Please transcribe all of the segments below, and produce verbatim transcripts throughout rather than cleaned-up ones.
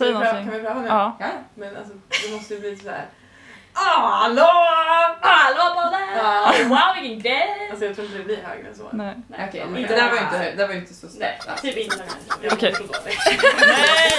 Säg kan någonting. Vi kan vi pröva nu? Ja. Ja. Men alltså, det måste ju bli så här. Hallå! Hallå på det! Ja. Wow, vilken grej! Alltså jag tror inte det blir högre än så. Nej. Nej, Okej, okay, det där var ju inte, det där var ju inte så Nej, starkt. typ inte den här. Okej. Nej!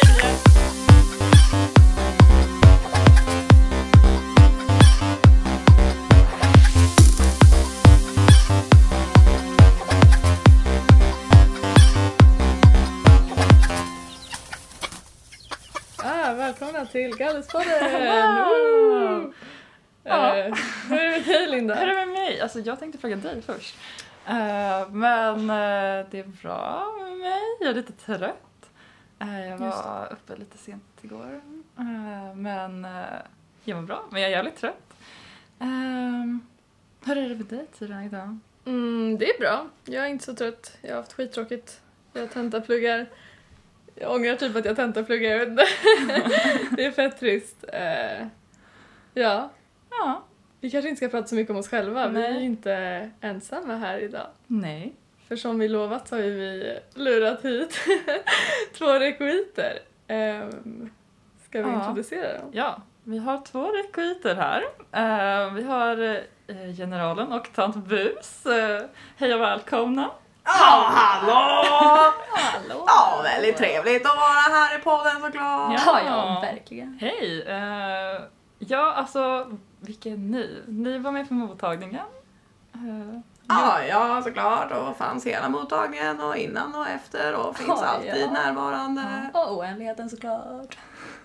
Ah, välkomna till Gallespodden! Wow. Ja. Eh, hur är det med dig, Linda? Hur är det med mig? Alltså jag tänkte fråga dig först. Uh, men uh, det är bra med mig. Jag är lite trött. Uh, jag var uppe lite sent igår. Uh, men uh, jag var bra. Men jag är jävligt trött. Uh, hur är det med dig, Tyra, idag? Mm, det är bra. Jag är inte så trött. Jag har haft skittråkigt. Jag tentapluggar. Jag ångrar typ att jag tentapluggar. Jag vet inte. Det är fett trist. Uh, ja. Ja. Vi kanske inte ska prata så mycket om oss själva. Vi är Nej. ju inte ensamma här idag. Nej. För som vi lovat så har ju vi lurat hit två rekoiter. Um, ska vi Ja. introducera dem? Ja, vi har två rekviter här. Uh, vi har uh, generalen och tant Bus. Uh, hej och välkomna. Ja, hallå! Hallå! Ja, väldigt trevligt att vara här i podden såklart. Ja, ja, verkligen. Hej! Uh, ja, alltså, vilka är ni? Ni var med på mottagningen. Uh, Ja, ja, såklart. Och fanns hela mottagningen och innan och efter och finns Ja, alltid ja. närvarande. Och oändligheten såklart.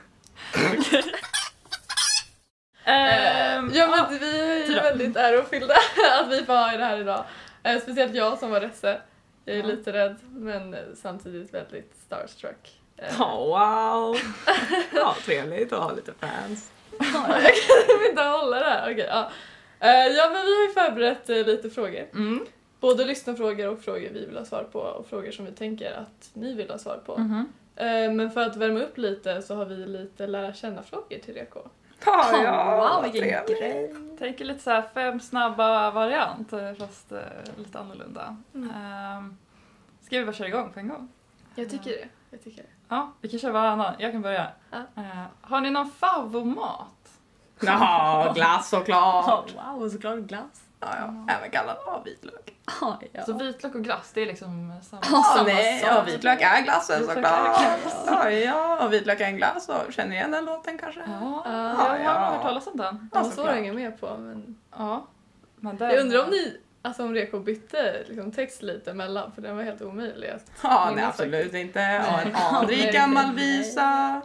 um, Ja, men vi är ju Tyra. väldigt ärofyllda att vi får ha er här idag. Eh, speciellt jag som var Resse. Jag är Ja. lite rädd men samtidigt väldigt starstruck. Eh, Ja, wow. Ja, trevligt att ha lite fans. jag kan inte hålla det här. Okej, ja. Eh, ja, men vi har ju förberett eh, lite frågor. Mm. Både lyssnarfrågor och frågor vi vill ha svar på och frågor som vi tänker att ni vill ha svar på. Mhm. Eh, men för att värma upp lite så har vi lite lära känna-frågor till Reko. Ja, ja, wow, vad vilken trevligt. grej. Tänker lite så här fem snabba variant, eh, fast uh, lite annorlunda. Mm. Um, ska vi bara köra igång på en gång? Jag tycker det. Jag tycker det. Ja, vi kan köra varannan. Jag kan börja. Ja. Uh, har ni någon favoritmat? Ja, glass såklart. Oh, wow, såklart glass. Ja, ja. Även kallad av vitlök. Ja, ja. Så vitlök och glass, det är liksom samma. Ja, Ja, samma nej, sak. ja, vitlök är glassen Vitlök såklart. är glass. Ja, ja, och vitlök är en glass och känner igen den låten kanske? Ja, Ja, jag har ja. hört talas om den. Det var Ja, svår att hänga med på men Ja. Men den, jag undrar om ni, alltså om Reko bytte liksom text lite emellan för den var helt omöjlig. att Ja, nej minnas absolut faktiskt. inte. Och en Nej. anrik Nej, gammal nej, nej. visa.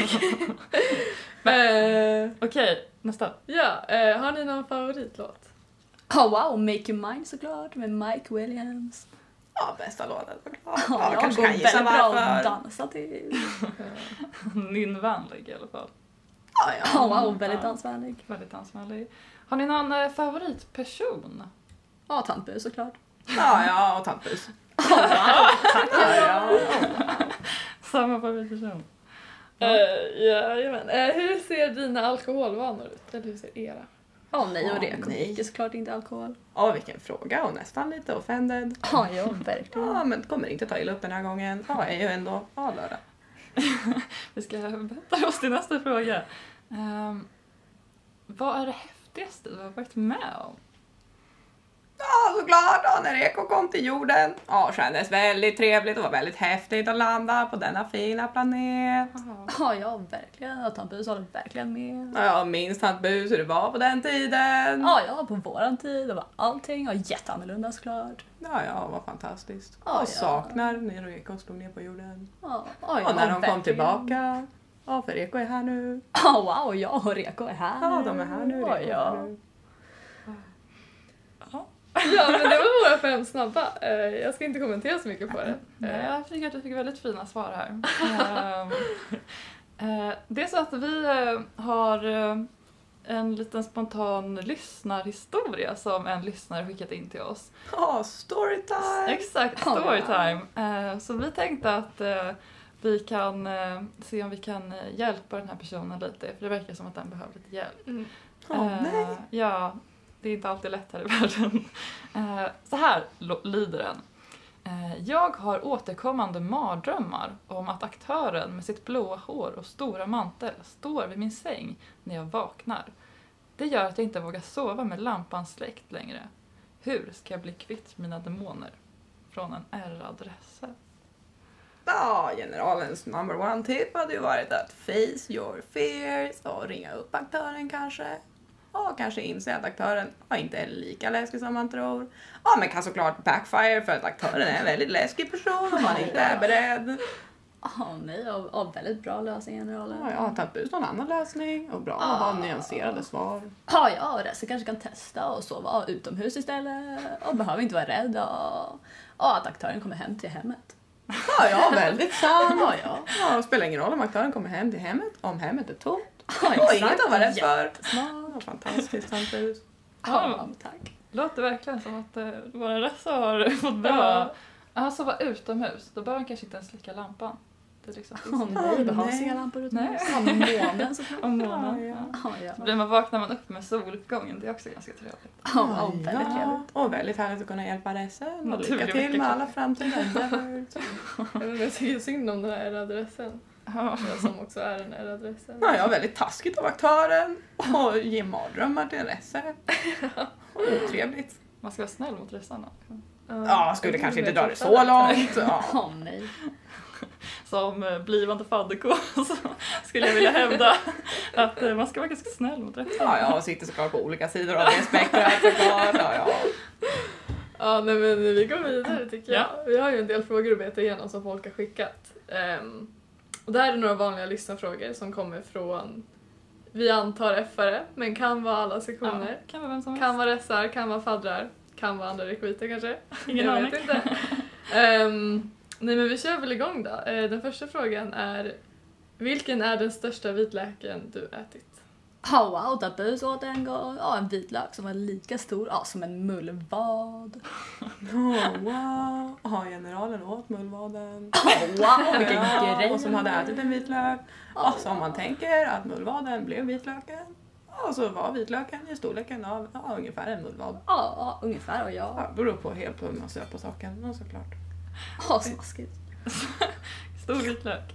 Eh, Okej, nästa. ja, eh, har ni någon favoritlåt? Oh, wow, Make You Mine såklart med Mike Williams. Ja, bästa låten såklart. Ja, Ja, jag kanske går kan gissa väldigt bra att varför. dansa till. Nynvänlig i alla fall. Ja, ja. Oh, wow, väldigt Ja. dansvänlig. Väldigt dansvänlig. Har ni någon eh, favoritperson? Ja, Tant Bu såklart. Ja, ja, och tantbus. Tack. Ja, ja. Samma favoritperson. Ja. Jajamän. Eh, hur ser dina alkoholvanor ut? Eller hur ser era? Ja, nej och Ja, Reko nej. dricker såklart inte alkohol. Åh, vilken fråga och nästan lite offended. Ja, ja, verkligen. Ja, men kommer inte ta illa upp den här gången. Ja, jag är ju ändå ja, lördag. Vi ska bättra oss till nästa fråga. Um, vad är det häftigaste du har varit med om? Ja, såklart. Ja, när Eko kom till jorden. Ja, kändes väldigt trevligt. Det var väldigt häftigt att landa på denna fina planet. Ja, ja, verkligen. Och Tant Bu håller verkligen med. Ja, jag minns tantbus hur det var på den tiden. Ja, ja, på våran tid. Det var allting och jätteannorlunda såklart. Ja, ja, vad fantastiskt. Ja, och ja. saknar när Eko slog ner på jorden. Ja, ja, och när de verkligen. kom tillbaka. Ja, för Eko är här nu. Ja, wow, jag och Reko är här. Ja, de är här nu. Eko Ja, är ja. här nu. Ja, men det var våra fem snabba. Eh, jag ska inte kommentera så mycket på det. Nej, Eh, jag tycker att du fick väldigt fina svar här. Ehm, eh, det är så att vi eh, har eh, en liten spontan lyssnarhistoria som en lyssnare skickat in till oss. Ja, storytime. Exakt, Ja. storytime. Eh, så vi tänkte att eh, vi kan eh, se om vi kan eh, hjälpa den här personen lite, för det verkar som att den behöver lite hjälp. mm. Åh, Eh, nej. Ja, det är inte alltid lätt här i världen. Eh, så här lo- lyder den. Eh, Jag har återkommande mardrömmar om att aktören med sitt blåa hår och stora mantel står vid min säng när jag vaknar. Det gör att jag inte vågar sova med lampan släckt längre. Hur ska jag bli kvitt mina demoner? Från en ärrad Resse. Ja, generalens number one tip hade ju varit att face your fears och ringa upp aktören kanske. Och kanske inse att aktören ja, inte är lika läskig som man tror. Ja, men kan såklart backfire för att aktören är en väldigt läskig person om man inte är beredd. Åh nej, och, och väldigt bra lösning, generalen. Ja, jag har tagit ut någon annan lösning och bra att ha nyanserade svar. Ja, ja, och resten kanske kan testa och sova utomhus istället. Och behöver inte vara rädd. Och, och att aktören kommer hem till hemmet. Ja, ja, väldigt sant. Ja, ja. Ja, det spelar ingen roll om aktören kommer hem till hemmet, om hemmet är tomt. Ja, Och inget att vara rädd för. Jättesmart. Ja, fantastiskt, Hampus. Ja, tack. Låter verkligen som att eh, våra Resse har fått bra. Ja. Han sover utomhus, då behöver han kanske inte ens slicka lampan. Det liksom Åh nej, det behövs nej. inga lampor Nej. utomhus. Om månen såklart. om månaden. Ja, ja. Ja, ja. Så blir man vaknar man upp med soluppgången, det är också ganska trevligt. Ja, ja, väldigt trevligt. Ja, och väldigt härligt att kunna hjälpa Resse. Och Naturlig lycka till med vecka. alla framtida endeavors. Jag vet inte, jag tycker synd om den här ärrade Ressen. Ja. Jag som också är en ärrad Ressen. Ja, jag är väldigt taskigt av aktören och ger mardrömmar till en Resse. Otrevligt. Man ska vara snäll mot Ressarna. Ja, skulle kanske inte dra det så långt. Ja. Åh nej. Som eh, blivande fadderko så skulle jag vilja hävda att eh, man ska vara ganska snäll mot Ressarna. Ja, jag sitter såklart på olika sidor av det spektrat såklart. Ja, ja. Ja, nej, men vi går vidare tycker jag. Ja. Vi har ju en del frågor att beta igenom som folk har skickat. Um, och det här är några vanliga lyssnarfrågor som kommer från, vi antar F-are, men kan vara alla sektioner. Ja, kan vara vem som helst. Kan vara ressar, kan vara faddrar, kan vara andra rekviter kanske. Ingen jag aning. vet inte. um, nej men vi kör väl igång då. Uh, den första frågan är, vilken är den största vitlöken du ätit? Oh, wow, där bus åt en gång. Ja, en vitlök som var lika stor ja, som en mullvad. Oh, wow. Ja, generalen åt mullvaden. Oh, wow, vilken Ja, grej. och som hade ätit en vitlök. Ja. Och som man tänker att mullvaden blev vitlöken. Och så var vitlöken i storleken av ja, ungefär en mullvad. Ja, ja, ungefär och ja. Ja, beror på helt på hur man ser på saken, men såklart. Ja, smaskigt. Stor vitlök.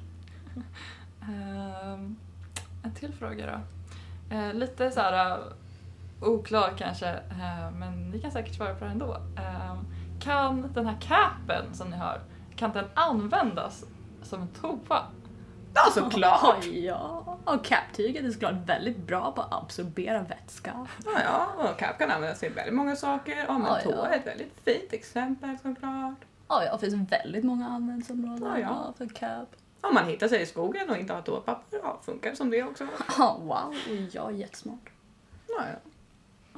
Ehm, en till fråga då. Eh, lite så här uh, oklar kanske, eh, men ni kan säkert svara på det ändå. Eh, kan den här capen som ni har, kan den användas som en toa? Ja, såklart! Oh, ja, och captyget är såklart väldigt bra på att absorbera vätska. Ja, ja, och cap kan användas till väldigt många saker. Och Ja, en toa ja. är ett väldigt fint exempel såklart. Ja, ja, det finns väldigt många användningsområden Ja, ja. ja, för cap. Om man hittar sig i skogen och inte har toapapper, ja, funkar det som det också. Ja, wow, ja, jättesmart. Ja, ja.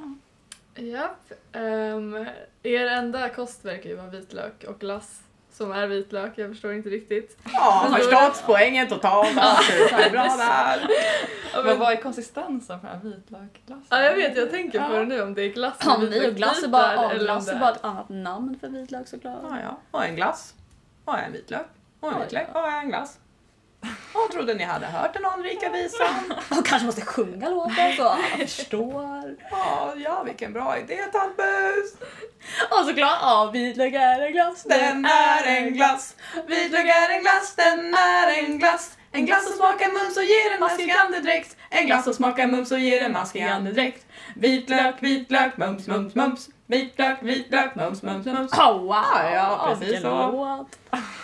Japp. Um, er enda kost verkar ju vara vitlök och glass som är vitlök. Jag förstår inte riktigt. Ja, Men då- förstått poängen totalt. Ja, superbra där. Ja, Vad men, vad är konsistensen för den här vitlökglassen? ja, jag vet, jag tänker på Ja. det nu om det är glass Ja, med nej, och glass är bara, ja, eller om glass det är bara ett annat namn för vitlök såklart. Ja, ja. Och en glass. Och en vitlök. Och en Ja, vitlök. ja. Och en glass. Och trodde ni hade hört den anrika visan. Och kanske måste sjunga låten så alla förstår. Ja, ja, vilken bra idé, tantbus. Och såklart, ja, vitlök är en glass. Den är en glass. Vitlök är en glass. Den är en glass. En glass som smakar mums och ger en maskig andedräkt. En glass som smakar mums och ger en maskig andedräkt. Vitlök, vitlök, mums, mums, mums. Vitlök, vitlök, mums, mums, mums. Oh, wow! Ja, ja, precis vilken så. låt.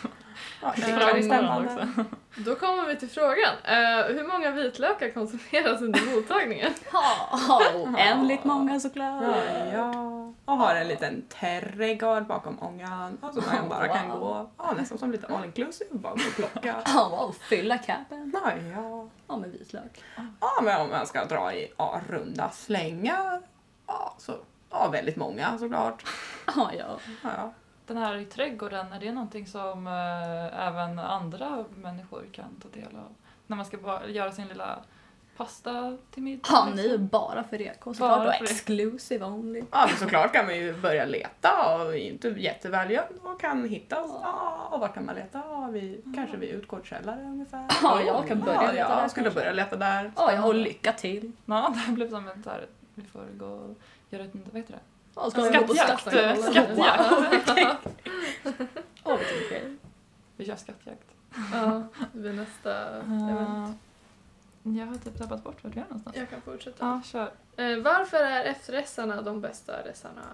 Ja, Det det är är stämmande. också. Då kommer vi till frågan. Uh, hur många vitlökar konsumeras under mottagningen? Ja, oändligt många såklart. Ja, ja. Och har en liten trädgård bakom ångan. Och så man bara kan Wow. gå, ja, nästan som lite all inclusive, bara gå och plocka. Ja, wow, fylla capen. Ja, ja. Ja, med vitlök. Ja, men om man ska dra i ja, runda slängar, ja, så ja, väldigt många såklart. Ja, ja. Ja, ja. Den här i trädgården, är det någonting som eh, även andra människor kan ta del av? När man ska bara göra sin lilla pasta till middag? Ja, liksom? ni är bara för reko såklart. Bara Och för det. exclusive only. Ja, men såklart kan man ju börja leta och inte jättevälgömd och kan hitta. Ja, och var kan man leta? Ja, vi, kanske vid utgårdskällare ungefär. Ja, jag kan börja ja, leta jag där skulle kanske. börja leta där. Ja, ja, och lycka till. Ja, det blev som ett så här, vi får gå och göra ett, vad heter det? Ja, ska vi gå på Skattjakt! skattjakt? Skattjakt! Åh, vilken grej. Vi kör skattjakt. Ja, det blir nästa event. Jag har typ tappat bort vart vi är någonstans. Jag kan fortsätta. Ja, kör. Eh, varför är efterrätterna de bästa rätterna?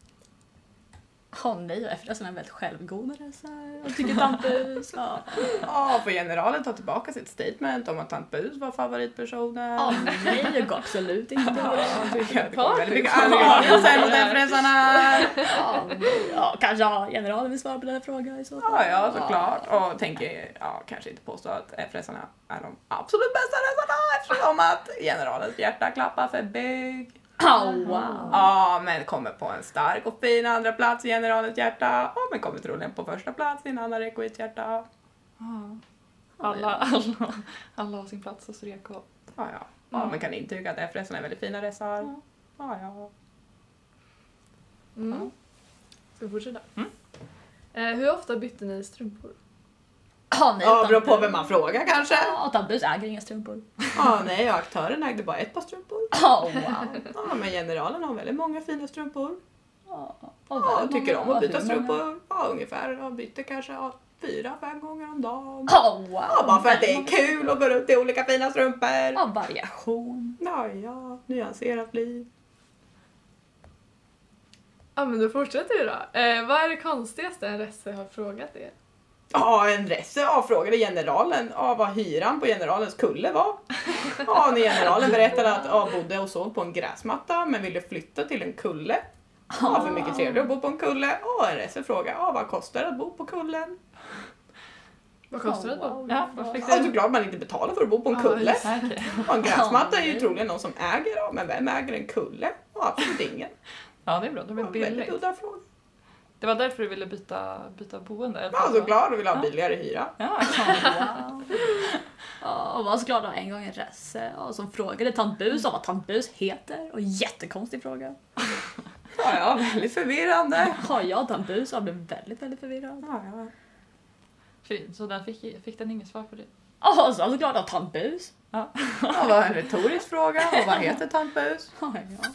Åh oh, nej, och efterrätten är väldigt självgoda resa. Jag tycker Tampus. Ja, Ja, får generalen ta tillbaka sitt statement om att Tant Bus var favoritpersonen? oh, nej, jag går absolut inte. Det kommer väldigt mycket anledningar sen mot efterrätterna. Ja, ja, kanske ja, generalen vill svara på den här frågan i så fall. Ja, ja, såklart. Och tänker, ja, kanske inte påstå att efterrätterna är de absolut bästa rätterna eftersom att generalens hjärta klappar för bygg. Oh, wow. Ja, men kommer på en stark och fin andra plats i generalens hjärta. Ja, men kommer troligen på första plats i en annan Rekoits hjärta. Ja. Alla, alla, alla har sin plats hos Reko. Ja, ja. Ja, men kan intyga att efterrätterna är väldigt fina resor. Ja. Ja, ja. Mm. Ska vi fortsätta? Mm. Eh, hur ofta bytte ni strumpor? Oh, nej, Ja, beror på Tampus. vem man frågar kanske. Ja, Tampus äger inga strumpor. Ja, nej, och aktören ägde bara ett par strumpor. Oh, wow. Ja, men generalen har väldigt många fina strumpor. Ja, Ja, tycker om att byta hur många? strumpor. Ja, ungefär. Ja, byter kanske ja, fyra, fem gånger om dagen. Oh, wow. Ja, bara för att det är kul att gå runt i olika fina strumpor. Ja, variation. Ja, ja, nyanserat liv. Ja, men då fortsätter vi då. Eh, vad är det konstigaste en resse har frågat er? Ja, en resse ja, frågade generalen ja, vad hyran på generalens kulle var. Ja, när generalen berättade att ja, bodde och sov på en gräsmatta men ville flytta till en kulle. Ja, för mycket trevligare att bo på en kulle. Och en rese frågade ja, vad kostar det att bo på kullen? Vad kostar det Oh, då? wow. Ja, vad fick Ja, du? såklart man inte betalar för att bo på en kulle. Ja, okej. Ja, en gräsmatta är ju troligen någon som äger, ja, men vem äger en kulle? Ja, absolut ingen. Ja, det är bra. Det blir Ja, väldigt billigt. udda fråga. Det var därför du ville byta, byta boende? eller? Ja, såklart, och vill ha Ja. billigare hyra. Ja, Wow. Ja, och var så glad att en gång en resse ja, som frågade Tant Bus om vad Tant Bus heter. Och jättekonstig fråga. Ja, ja, väldigt förvirrande. Ja, jag Tant Bus jag blev väldigt, väldigt förvirrad. Ja, ja. fint. Så den fick, fick den inget svar på det? Ja, så var så glad att Tant Bus. Ja, det var en retorisk fråga. Och vad heter Tant Bus? Ja, ja.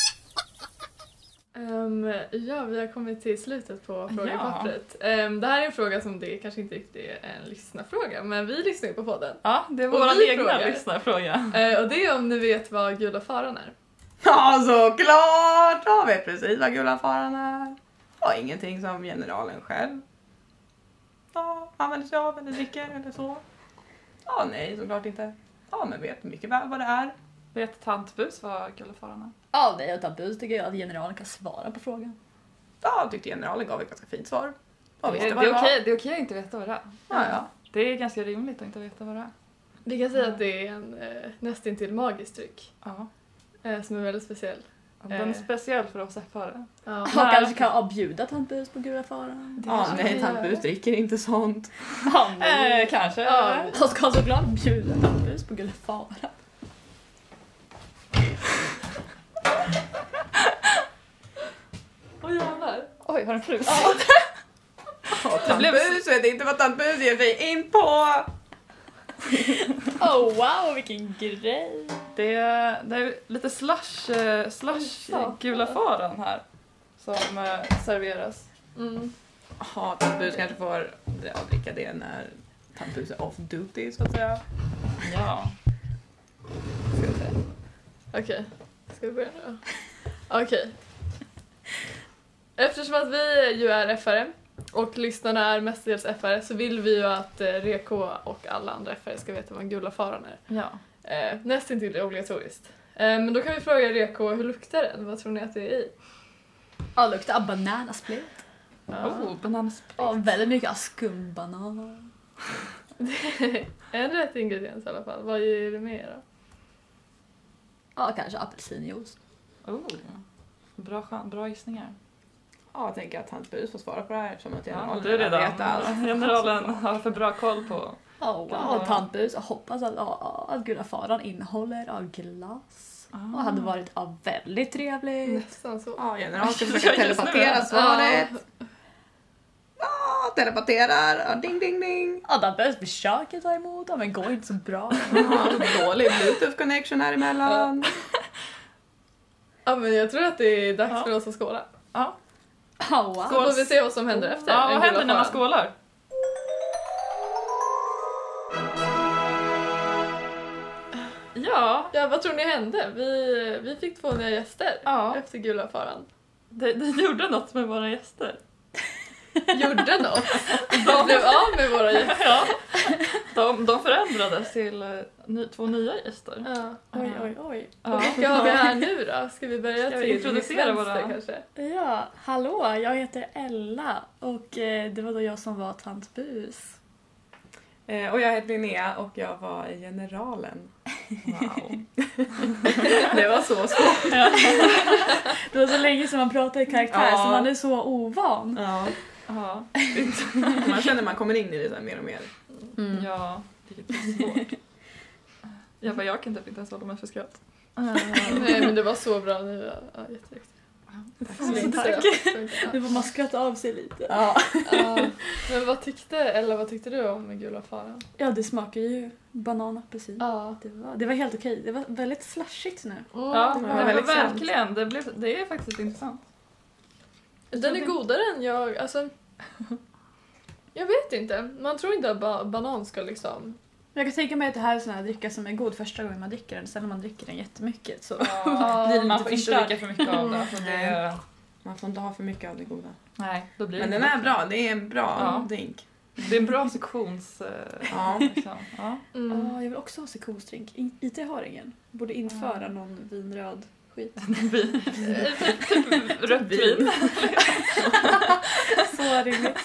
Um, ja, vi har kommit till slutet på frågepappret. Ja. Um, det här är en fråga som det kanske inte riktigt är en lyssnarfråga, men vi lyssnar ju på podden. Ja, det Och var vår vi egna frågar. lyssnarfråga. Uh, och det är om ni vet vad Gula Faran är. Ja, såklart! Jag vet precis vad Gula Faran är. Ja, ingenting som generalen själv ja, använder sig av eller dricker eller så. Ja, nej, såklart inte. Ja, men vet mycket väl vad det är. Vet Tant Bus vad Gullafaran är? Ja, nej, och Tant Bus tycker jag att generalen kan svara på frågan. Ja, jag tyckte generalen gav ett ganska fint svar. Ja, Det, visste det, vad det är var. okej, det är okej att inte veta vad det är. Ja, ja. Det är ganska rimligt att inte veta vad det är. Vi kan säga att det är en uh, nästintill magisk dryck. Ja. Uh, som är väldigt speciell. Den är Eh. speciell för oss F-are. Ja. Och kanske kan avbjuda Tant Bus på Gula Faran. Ja, kanske nej, vi Tant gör. Bus dricker inte sånt. Ja, nej. Eh, kanske. Ja. Jag ska såklart bjuda Tant Bus på Gula Faran. Oj jävlar. Oj, har den frusit? Ja, Tant blev- Bus vet inte vad Tant Bus ger sig in på. Oh wow, vilken grej! Det är, det är lite slush, eh, slush satan. Gullafaran här som eh, serveras. Mm. Ja, Tant Bus kanske får ja, dricka det när Tant Bus är off duty så att säga. Ja. Ska jag säga. Okej, ska vi börja nu då? Okej. Eftersom att vi ju är F-are och lyssnarna är mestadels F-are så vill vi ju att eh, Reko och alla andra F-are ska veta vad en Gula Faran är. Ja. Eh, nästintill är obligatoriskt. Eh, men då kan vi fråga Reko, hur luktar den? Vad tror ni att det är i? Ja, luktar av bananasplit. Ja. Oh, banansprit. Ja, väldigt mycket av skumbanan. En rätt ingrediens i alla fall. Vad ger det mer då? Ja, kanske apelsinjuice. Oh. Bra, chan- bra gissningar. Ja, jag tänker att Tant Bus får svara på det här eftersom att Ja, generalen du är redan. vet allt. Generalen har för bra koll på. Oh, wow. Ja. Tant Bus, jag hoppas att, ja, att Gula Faran innehåller av glass. Ah. Och hade varit ja, väldigt trevligt. Nästan så. Ja, generalen ska Ja, försöka just nu. telepatera svaret. Ja, telepaterar. Ja, ding, ding, ding. Ja, Tant Bus försöker ta emot, ja, men går inte så bra. Ja, dålig bluetooth connection här emellan. Ja, men jag tror att det är dags Ja. för oss att skåla. Ja. Oh, wow. Så får vi se vad som händer efter. Ja, den vad händer gula när man faran. skålar? Ja, Ja, vad tror ni hände? Vi, vi fick två nya gäster ja. efter gula faran. Det, det gjorde något med våra gäster. Gjorde något. De blev av med våra gäster. Ja. De, de förändrades till eh, ny, två nya gäster. Ja. Oj, oj, oj. Ja. Vilka har vi här nu då? Ska vi börja Ska vi till introducera mitt vänster våra- kanske? Ja, hallå, jag heter Ella och eh, det var då jag som var tant Bus. Eh, och jag heter Linnea och jag var i Generalen. Wow. Det var så svårt. Det var så länge sedan man pratade i karaktär Ja. så man är så ovan. Ja. Ja. Man känner man kommer in i det så här mer och mer. Mm. Ja, vilket är svårt. Jag bara, jag kan typ inte ens hålla mig för skratt. Nej, men det var så bra nu. Ja, jätteduktigt. Tack. Nu får man skratta av sig lite. Ja. Ja. Men vad tyckte, eller vad tyckte du om med gula faran? Ja, det smakar ju banan och apelsin. Ja. Det var, det var helt okej. Det var väldigt flashigt nu. Ja, det det var var väldigt sant. verkligen. Det, blev, det är faktiskt intressant. Den är godare än jag, alltså... Jag vet inte. Man tror inte att ba- banan ska liksom... Jag kan tänka mig att det här är sån här dricka som är god första gången man dricker den. Sen när man dricker den jättemycket så Ja, blir det man lite får inte förstörd. dricka för mycket av det. För det Man får inte ha för mycket av det goda. nej, då blir Men det den inte är bra, det är en bra Ja. drink. Det är en bra sektions... eh, Ja. liksom. Ja. Mm. Ja, jag vill också ha sektionsdrink. I- I T har ingen. Borde införa någon vinröd skit. Vin. Typ rött vin. Så rimligt.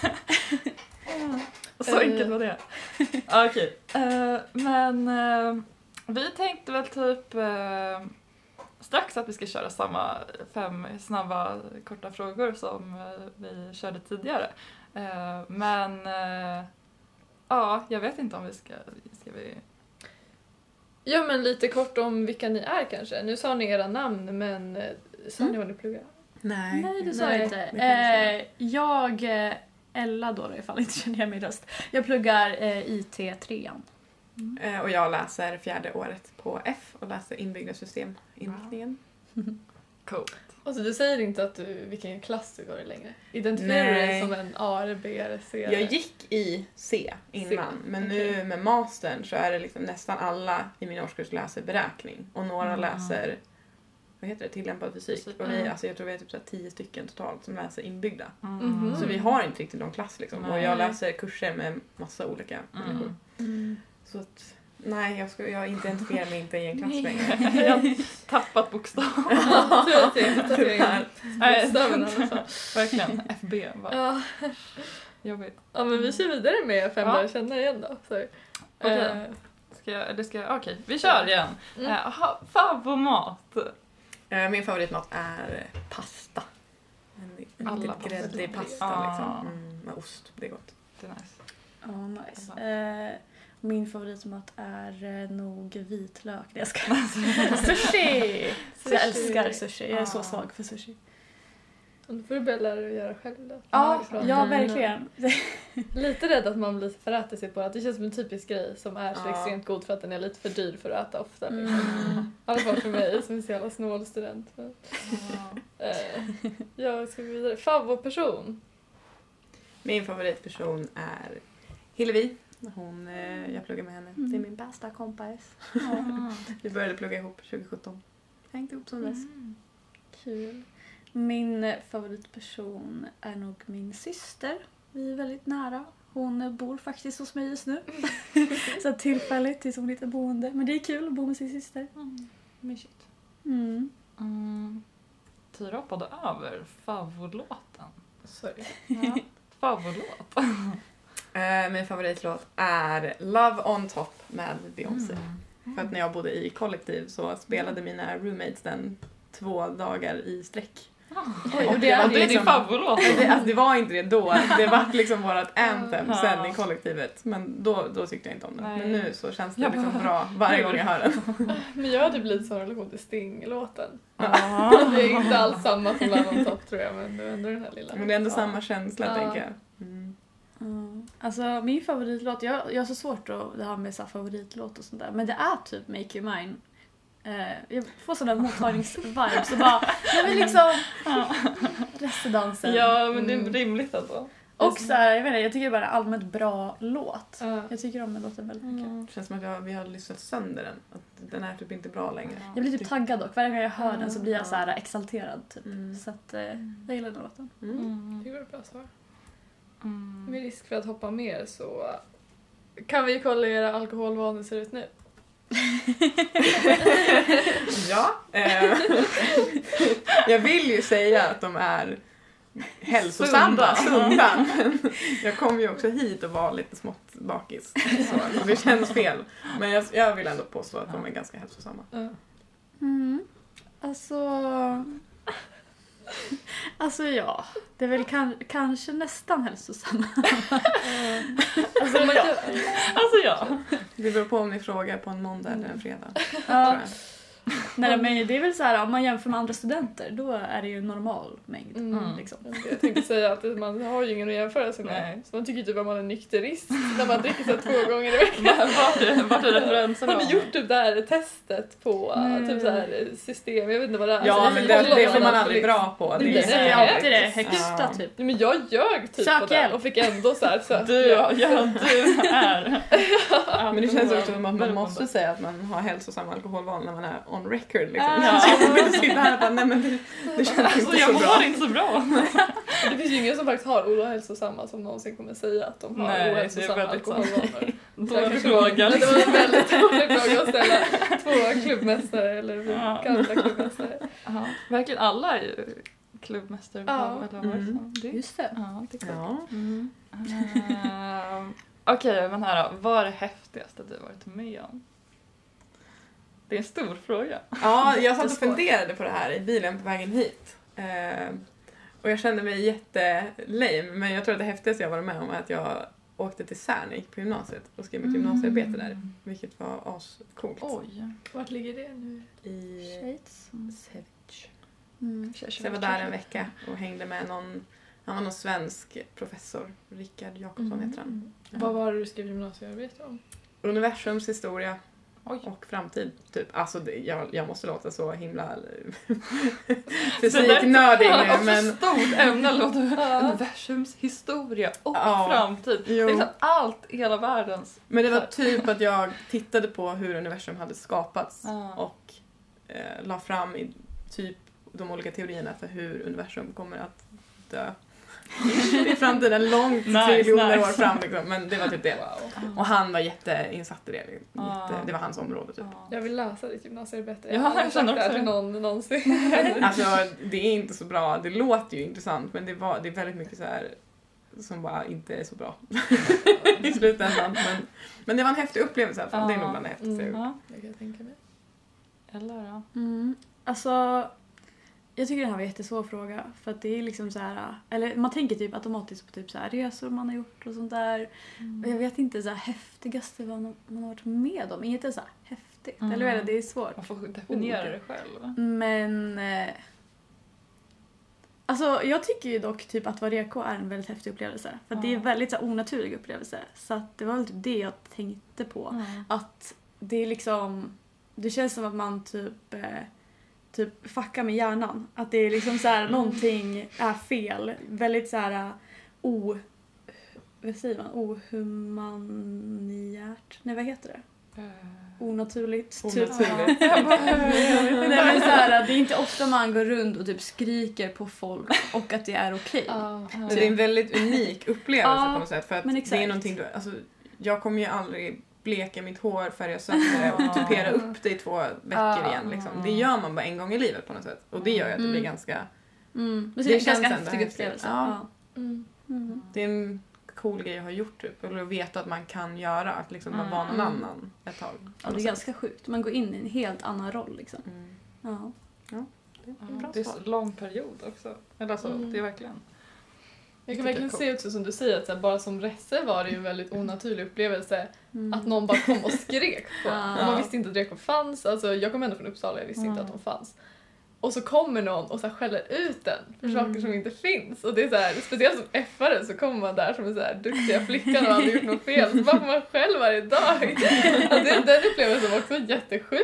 Så enkelt var det. Ja, okej. Eh, men eh, vi tänkte väl typ eh, strax att vi ska köra samma fem snabba korta frågor som eh, vi körde tidigare. Eh, men eh, ja, jag vet inte om vi ska... ska vi... Ja, men lite kort om vilka ni är kanske. Nu sa ni era namn, men eh, sa ni Mm. vad ni pluggar? Nej. Nej, det sa Nej, jag inte. det kan jag Eh, jag, eh, Ella då, då ifall inte känner jag min röst. Jag pluggar eh, I T trean. Eh, Och jag läser fjärde året på F och läser inbyggda system inriktningen. Coolt. Alltså du säger inte att du, vilken klass du går i längre. Identifierar du dig Nej. som en A, eller B eller C? Jag gick i C innan, C, men okej. nu med mastern så är det liksom nästan alla i min årskurs läser beräkning och några Mm. läser vad heter det, tillämpad fysik. Fysik. Och vi, Mm. alltså jag tror vi är typ så här tio stycken totalt som läser inbyggda. Mhm. Så vi har inte riktigt någon klass liksom. Och Nej. jag läser kurser med massa olika människor. Mm. Mm. Så att, nej, jag, ska, jag identifierar mig inte i en klass längre. Jag har tappat bokstav. Jag tror att jag inte tatuerar Nej, bokstäverna i alla fall. verkligen. F B. Bara. Ja. Jobbigt. Ja, men vi kör vidare med fem Ja. lära känna igen då. Så. Okej. Eh, Ska jag, eller ska jag, okej, vi kör igen. Mm. Eh, aha, favoritmat. Eh, Min favoritmat är pasta. En Alla riktigt pasta. gräddig pasta Ah. liksom. Mm, med ost, det är gott. Det är nice. Oh, nice. Eh, min favoritmat är eh, nog vitlök. Det jag ska. Sushi! Så jag älskar sushi. Jag är så Ah. svag för sushi. Då får du börja lära dig att göra själv då. Ja, Från ja dina- verkligen. Lite rädd att man blir föräter sig på det. Det känns som en typisk grej som är så Ja. extremt god för att den är lite för dyr för att äta ofta. Liksom. Mm. I alla fall för mig som är så jävla snål student. Men, eh, jag ska gå vidare. Favoritperson? Min favoritperson är Hillevi. Hon, eh, jag pluggar med henne. Mm. Det är min bästa kompis. Mm. Vi började plugga ihop tjugo sjutton. Hängt ihop som dess. Mm. Kul. Min favoritperson är nog min syster. Vi är väldigt nära. Hon bor faktiskt hos mig just nu. Så tillfälligt tills hon hittar boende. Men det är kul att bo med sin syster. Mm. Mysigt. Mm. Mm. Tyra hoppade över favoritlåten. Sorry. Ja. Favoritlåt. Eh, min favoritlåt är Love on top med Beyoncé. Mm. För att när jag bodde i kollektiv så spelade mina roommates den två dagar i sträck. Oj, Och och det det var Ja, det är din liksom- favoritlåt. Det, alltså, det var inte det då. Det var liksom vårt anthem Ja. sen i kollektivet. Men då, då tyckte jag inte om den. Nej. Men nu så känns det Jag liksom bara- bra varje gång jag hör den. Men jag hade blivit så relation till Sting-låten. Ja. Det är inte alls samma som Love on top tror jag, men det är ändå den här lilla. Men det är ändå Ja. samma känsla, Ja. tänker jag. Mm. Mm. Alltså min favoritlåt, jag, jag har så svårt att det här med så här favoritlåt och sånt där. Men det är typ Make You Mine. Eh, jag får sådana mottagningsvibes och bara, jag vill liksom vackraste dansen. Ja, men det är Mm. rimligt ändå. Och så här, jag vet inte, jag tycker bara det är allmänt bra låt. Ja. Jag tycker om den låten väldigt mycket. Mm. Det känns som att jag, vi har lyssnat sönder den. Att den är typ inte bra längre. Jag blir typ taggad dock. Varje gång jag hör den så blir jag Ja. så här exalterad typ. Mm. Så att eh, jag gillar den låten. Mm. Mm. Det var ett bra svar. Mm. Med risk för att hoppa mer så kan vi kolla hur era alkoholvanor ser ut nu. Ja. Eh, jag vill ju säga att de är hälsosamma, Sunda. sunda. Men jag kom ju också hit och var lite smått bakis. Så det känns fel. Men jag, jag vill ändå påstå att de är ganska hälsosamma. Ja. Mm. Alltså... Alltså ja, det är väl kan, kanske nästan hälsosamma. Alltså, man kan, Alltså ja. Det beror på om ni frågar på en måndag eller en fredag. tror Ja, jag. nej, men det är väl så här, om man jämför med andra studenter, då är det ju normal mängd. Mm. Liksom. jag tänkte säga att man har ju ingen att jämföra sig med. Nej. Så man tycker typ att man är nykterist när man dricker så här två gånger i veckan. Vart är, vart är referenserna? Har ni gjort typ det här testet på Mm. typ så här system? Jag vet inte vad det är. Ja, Alltså, men det det, kollar det får man på aldrig Netflix. bra på. Det Det blir visar ju Nej. alltid det högsta Ja. typ. Nej, men jag ljög typ Sök på det hjälp. och fick ändå så här söka. Du, ja, ja, du är. Men det känns också som att man måste säga att man har hälsosamma alkoholvanor när man är on record. Liksom. Ja. Så jag vill sitta här och bara, nej men det, det känns Alltså inte jag så bra. mår inte så bra. Det finns ju ingen som faktiskt har ohälsosamma som någonsin kommer säga att de har Nej, det är ohälsosamma väldigt sant. alkoholvanor. Dålig fråga. Det var en väldigt dålig fråga att ställa. Två klubbmästare eller Ja. gamla klubbmästare. Ja, verkligen alla är ju klubbmästare. Ja. Eller vad Mm. det är. Det- Just det. Ja, det är klart. Ja. Mm. Ehm, Okej, men här då. Vad är det häftigaste du varit med om? Det är en stor fråga. Ja, jag satt och Jättesvårt. funderade på det här i bilen på vägen hit. Eh, och jag kände mig jättelame, men jag tror att det häftigaste jag varit med om är att jag åkte till Cern, gick på gymnasiet och skrev mitt gymnasiearbete där. Vilket var ascoolt. Oj. Vart ligger det nu? I Schweiz. Sevich. Mm. Så jag var där en vecka och hängde med någon, han var någon svensk professor, Rickard Jakobsson heter han. Vad var det du skrev gymnasiearbete om? Universums historia Oj. och framtid, typ. Alltså det, jag, jag måste låta så himla Det fysiknördig där är nu, ett men stort ämne. Låter Ja. universums historia och Ja. framtid. Det är jo. liksom allt i hela världens. Men det var typ att jag tittade på hur universum hade skapats Ja. och eh, la fram i typ de olika teorierna för hur universum kommer att dö i framtiden, långt Nice, triljoner nice. år fram liksom. Men det var typ det. Wow. Och han var jätteinsatt i det. Jätte, Ja. det var hans område typ. Ja. Jag vill läsa ditt gymnasiearbete. Ja, Jag har aldrig jag känner sagt det här också till det. någon någonsin. Alltså det är inte så bra. Det låter ju intressant men det, var, det är väldigt mycket så här som bara inte är så bra i slutändan. Men, men det var en häftig upplevelse i alla fall. Det är nog bland det häftigaste jag gjort. Ja. Det kan jag tänka mig. Eller ja. Mm. Alltså, jag tycker det här var en jättesvår fråga. För att det är liksom så här, eller man tänker typ automatiskt på typ så här resor man har gjort och sånt där. Och jag vet inte så här häftigaste vad man man har varit med om. Inget är så här häftigt. Mm. Eller vad är det? Det är svårt. Man får definiera det själv. Men... Eh, alltså jag tycker ju dock typ att vara reko är en väldigt häftig upplevelse. För att det är en Ja. väldigt så här, onaturlig upplevelse. Så att det var väl typ det jag tänkte på. Mm. Att det är liksom... Det känns som att man typ... Eh, typ fuckar med hjärnan. Att det är liksom så här, någonting är fel. Väldigt så här o... Vad säger man? Ohumaniärt? Nej, vad heter det? Onaturligt. Typ. Onaturligt. Nej, men så här, det är inte ofta man går runt och typ skriker på folk och att det är okej. Ja. Men det är en väldigt unik upplevelse Ja, på något sätt. För att men det exakt. är någonting du, alltså, jag kommer ju aldrig bleka mitt hår, färga sönder det och Ja. tupera upp det i två veckor Ja. igen. Liksom. Det gör man bara en gång i livet på något sätt. Och det gör ju att det blir Mm. ganska... Mm. Det, Det är en känns ganska ändå häftig häftigt. upplevelse. Ja. Ja. Mm. Mm. Det är en cool grej att ha gjort typ. Eller att veta att man kan göra. Att liksom man var någon Mm. annan ett tag. på Ja, något det är sätt. ganska sjukt. Man går in i en helt annan roll liksom. Mm. Ja. Det är Ja, en bra det är svar. så lång period också. Eller alltså, Mm. det är verkligen. Jag kan Det är verkligen coolt. se också som du säger att så här, bara som Resse var det ju en väldigt onaturlig upplevelse Mm. att någon bara kom och skrek på. Ja. Och man visste inte att Reko fanns. Alltså, jag kom ändå från Uppsala, jag visste Mm. inte att de fanns. Och så kommer någon och så här skäller ut den för Mm. saker som inte finns. Och det är så här, speciellt som F-are så kommer man där som en så här duktiga flickan och aldrig gjort något fel. Så bara får man själv varje dag. Alltså, den, den upplevelsen var också jättesjuk typ. Ja.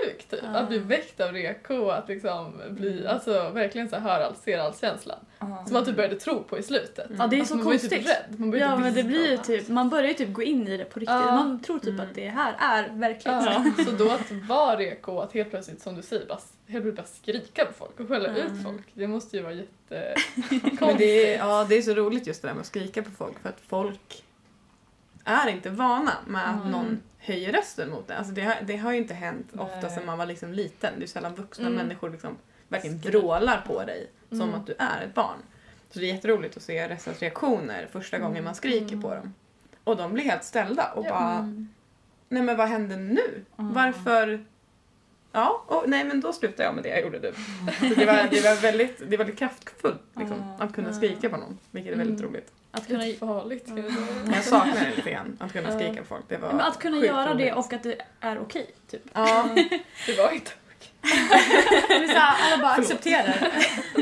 att, att bli väckt av reko, att liksom bli, alltså verkligen så här, höra allt, ser allt känslan. Ja. Som man typ började tro på i slutet. Ja, det är Alltså, så man var ju konstigt. typ rädd. Man började Ja, typ men det visst blir ju om- typ, man börjar ju typ gå in i det på riktigt. Ja. Man tror typ Mm. att det här är verkligt. Ja, så då att vara reko, att helt plötsligt, som du säger, bara, helt plötsligt bara skrika på folk och skälla Mm. ut folk. Det måste ju vara jätte... Men det är, ja, det är så roligt just det där med att skrika på folk, för att folk är inte vana med att Mm. någon höjer rösten mot det. Alltså det, har, det har ju inte hänt ofta Nej. sedan man var liksom liten. Det är sällan vuxna Mm. människor liksom verkligen Skriker. vrålar på dig som Mm. att du är ett barn. Så det är jätteroligt att se resternas reaktioner första gången man skriker Mm. på dem. Och de blir helt ställda och Ja. bara, Mm. nej men vad händer nu? Mm. Varför? Ja, och, nej men då slutar jag med det jag gjorde nu. Så det var, det var väldigt, det var väldigt kraftfullt liksom, Mm. att kunna skrika på någon, vilket är väldigt Mm. roligt. Att kunna, Lite farligt. ska jag säga. Jag saknar det lite grann, att kunna Ja. skrika på folk. Det var men att kunna sjukt göra det roligt. och att det är okej, typ. Ja, Det var inte okej. Det är så här, alla bara Förlåt. accepterar.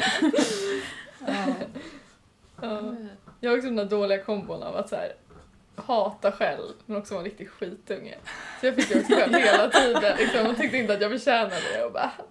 Ja. Jag har också den där dåliga kombon av att så här, hata själv men också vara en riktig skitunge. Så jag fick ju också själv hela tiden liksom, och tyckte inte att jag förtjänade det och bara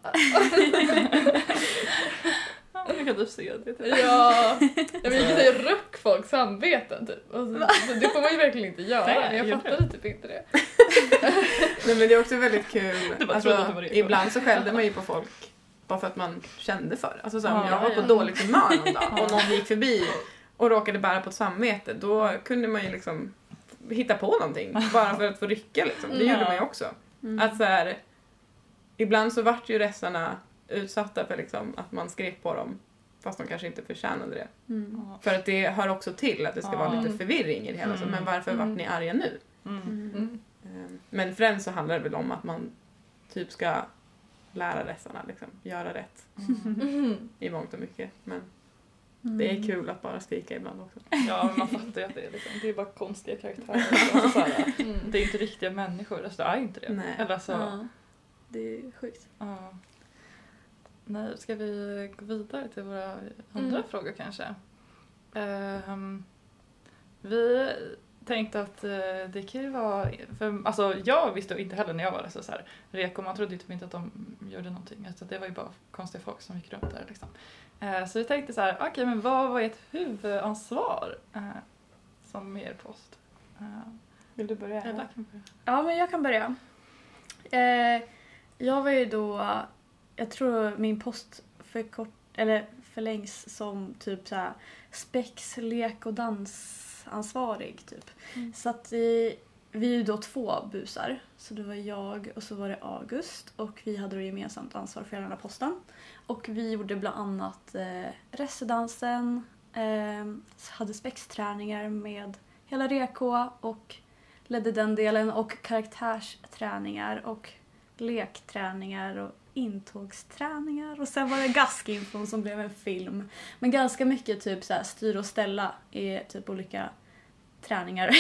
Ja, jag kan typ se det. Typ. ja, jag vill inte ruck folks samveten typ. Och så, så det får man ju verkligen inte göra, Nej, men jag gjorde fattade typ inte det. nej, men det är också väldigt kul. Du bara Alltså, trodde att det var det. ibland så skällde man ju på folk bara för att man kände för det. Alltså så här, om Ja, jag var på ja. dåligt humör någon dag och någon gick förbi och råkade bära på ett samvete, då kunde man ju liksom hitta på någonting bara för att få rycka liksom. Det Ja. gjorde man ju också. Mm. Att så här, ibland så vart ju resterna utsatta för liksom att man skrek på dem fast de kanske inte förtjänade det. Mm. Ja. För att det hör också till att det ska vara Ja. lite förvirring i det hela. Så, Mm. men varför Mm. vart ni arga nu? Mm. Mm. Ehm, Men främst så handlar det väl om att man typ ska lära resterna, liksom. Göra rätt Mm. i mångt och mycket. Men Mm. det är kul att bara skrika ibland också. Ja, men man fattar ju att det är, liksom, det är bara konstiga karaktärer. Alltså, så här, Mm. det är inte riktiga människor, alltså, det är inte det. Nej. Eller så, ja. Ja. Det är sjukt. Nej, ska vi gå vidare till våra andra Mm. frågor kanske? Ehm, vi tänkte att eh, det kan ju vara, för, alltså jag visste inte heller när jag var där så, så här, reko, man trodde ju typ inte att de gjorde någonting, alltså, det var ju bara konstiga folk som gick runt där liksom. Eh, så vi tänkte så här, okej okay, men vad var ert huvudansvar eh, som er post? Eh, Vill du börja? Ella kan börja. Ja, men jag kan börja. Eh, jag var ju då, jag tror min post förkort, eller förlängs som typ så här spex, lek och dansansvarig typ. Mm. Så att vi, vi är ju då två busar. Så det var jag och så var det August och vi hade då gemensamt ansvar för hela den här posten. Och vi gjorde bland annat eh, resedansen, eh, hade spexträningar med hela reko och ledde den delen och karaktärsträningar och lekträningar och intågsträningar och sen var det gaskinfon som blev en film. Men ganska mycket typ så här styr och ställa i typ olika träningar.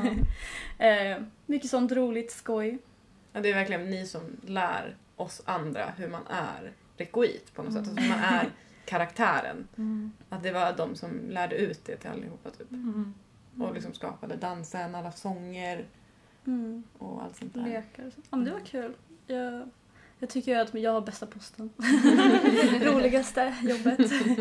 eh, mycket sånt roligt skoj. Ja, det är verkligen ni som lär oss andra hur man är rekoit på något sätt. Alltså hur man är karaktären. Mm. Att det var de som lärde ut det till allihopa typ. Mm. Och liksom skapade dansen, alla sånger Mm. och allt sånt där. Lekar och så. Ja, men det var kul. Jag, jag tycker att jag har bästa posten. Roligaste jobbet.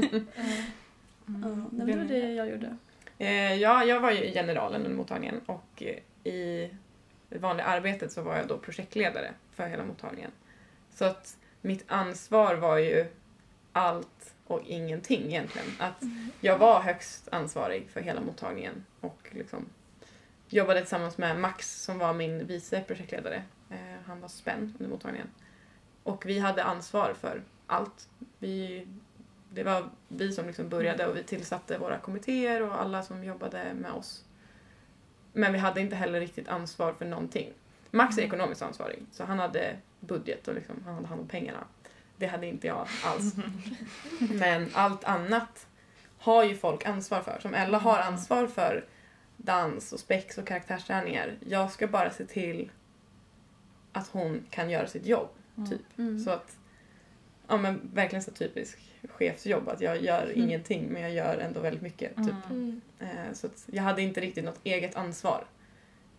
Ja, det var det jag gjorde. Eh, ja, jag var ju i generalen under mottagningen och eh, i det vanliga arbetet så var jag då projektledare för hela mottagningen. Så att mitt ansvar var ju allt och ingenting egentligen. Att jag var högst ansvarig för hela mottagningen och liksom jobbade tillsammans med Max som var min vice projektledare. Eh, han var spänn under mottagningen. Och vi hade ansvar för allt. Vi, det var vi som liksom började och vi tillsatte våra kommittéer och alla som jobbade med oss. Men vi hade inte heller riktigt ansvar för någonting. Max är ekonomiskt ansvarig, så han hade budget och liksom, han hade hand om pengarna. Det hade inte jag alls. Men allt annat har ju folk ansvar för. Som Ella har ansvar för dans och spex och karaktärsträningar. Jag ska bara se till att hon kan göra sitt jobb, typ. Mm. Så att, ja men verkligen så typisk chefsjobb. Att jag gör Mm. ingenting men jag gör ändå väldigt mycket, typ. Mm. Mm. Eh, Så att jag hade inte riktigt något eget ansvar.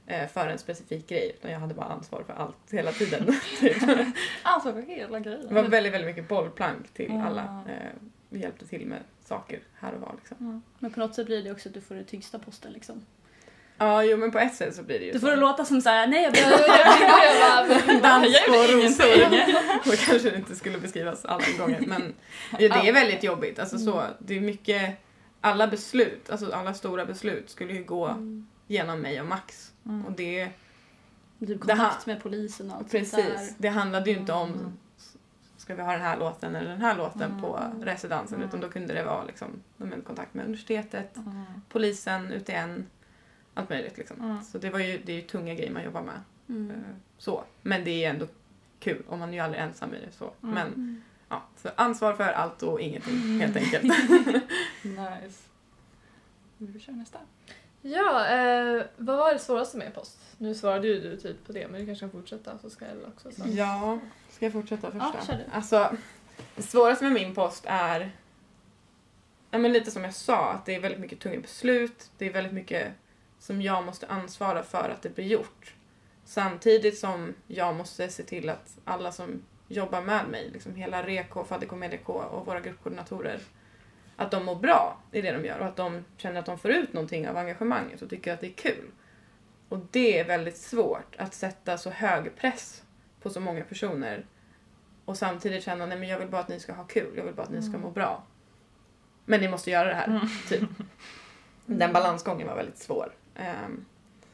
eh, för en specifik grej. Utan jag hade bara ansvar för allt hela tiden. typ. Ansvar för hela grejen. Det var väldigt, väldigt mycket bollplank till Mm. alla. Eh, vi hjälpte till med saker här och var. Liksom. Mm. Men på något sätt blir det också att du får den tyngsta posten liksom. Ja, jo men på ett sätt så blir det ju Du så. får det låta som såhär, nej jag Jag behöver Dans Jag på gjorde ingenting. rosor. Och kanske det inte skulle beskrivas alla gånger. Men ja, det är väldigt jobbigt. Alltså, så, det är mycket, alla beslut, alltså alla stora beslut skulle ju gå Mm. genom mig och Max. Mm. Och det, Typ Det här- kontakt med polisen och allt sånt där. precis, det handlade ju inte om Mm. ska vi ha den här låten eller den här låten Mm. på residensen. Mm. Utan då kunde det vara liksom, de hade kontakt med universitetet, Mm. polisen, U T N, allt möjligt liksom. Mm. Så det, var ju, det är ju tunga grejer man jobbar med. Mm. Eh, Så. Men det är ändå kul och man är ju aldrig ensam i det. Så. Mm. Men Mm. ja, så ansvar för allt och ingenting helt enkelt. Nice. Vill du köra nästa? Ja, eh, vad var det svåraste med post? Nu svarade ju du typ på det, men du kanske kan fortsätta så ska jag också svara. Ja, ska jag fortsätta första? Ja, kör du. Alltså, det svåraste med min post är ja, men lite som jag sa, att det är väldigt mycket tunga beslut. Det är väldigt mycket som jag måste ansvara för att det blir gjort. Samtidigt som jag måste se till att alla som jobbar med mig, liksom hela Reko, Fadiko Mediko och våra gruppkoordinatorer, att de mår bra i det de gör och att de känner att de får ut någonting av engagemanget och tycker att det är kul. Och det är väldigt svårt att sätta så hög press på så många personer och samtidigt känna, nej men jag vill bara att ni ska ha kul, jag vill bara att ni ska må bra. Men ni måste göra det här, Mm. typ. Den balansgången var väldigt svår. Um,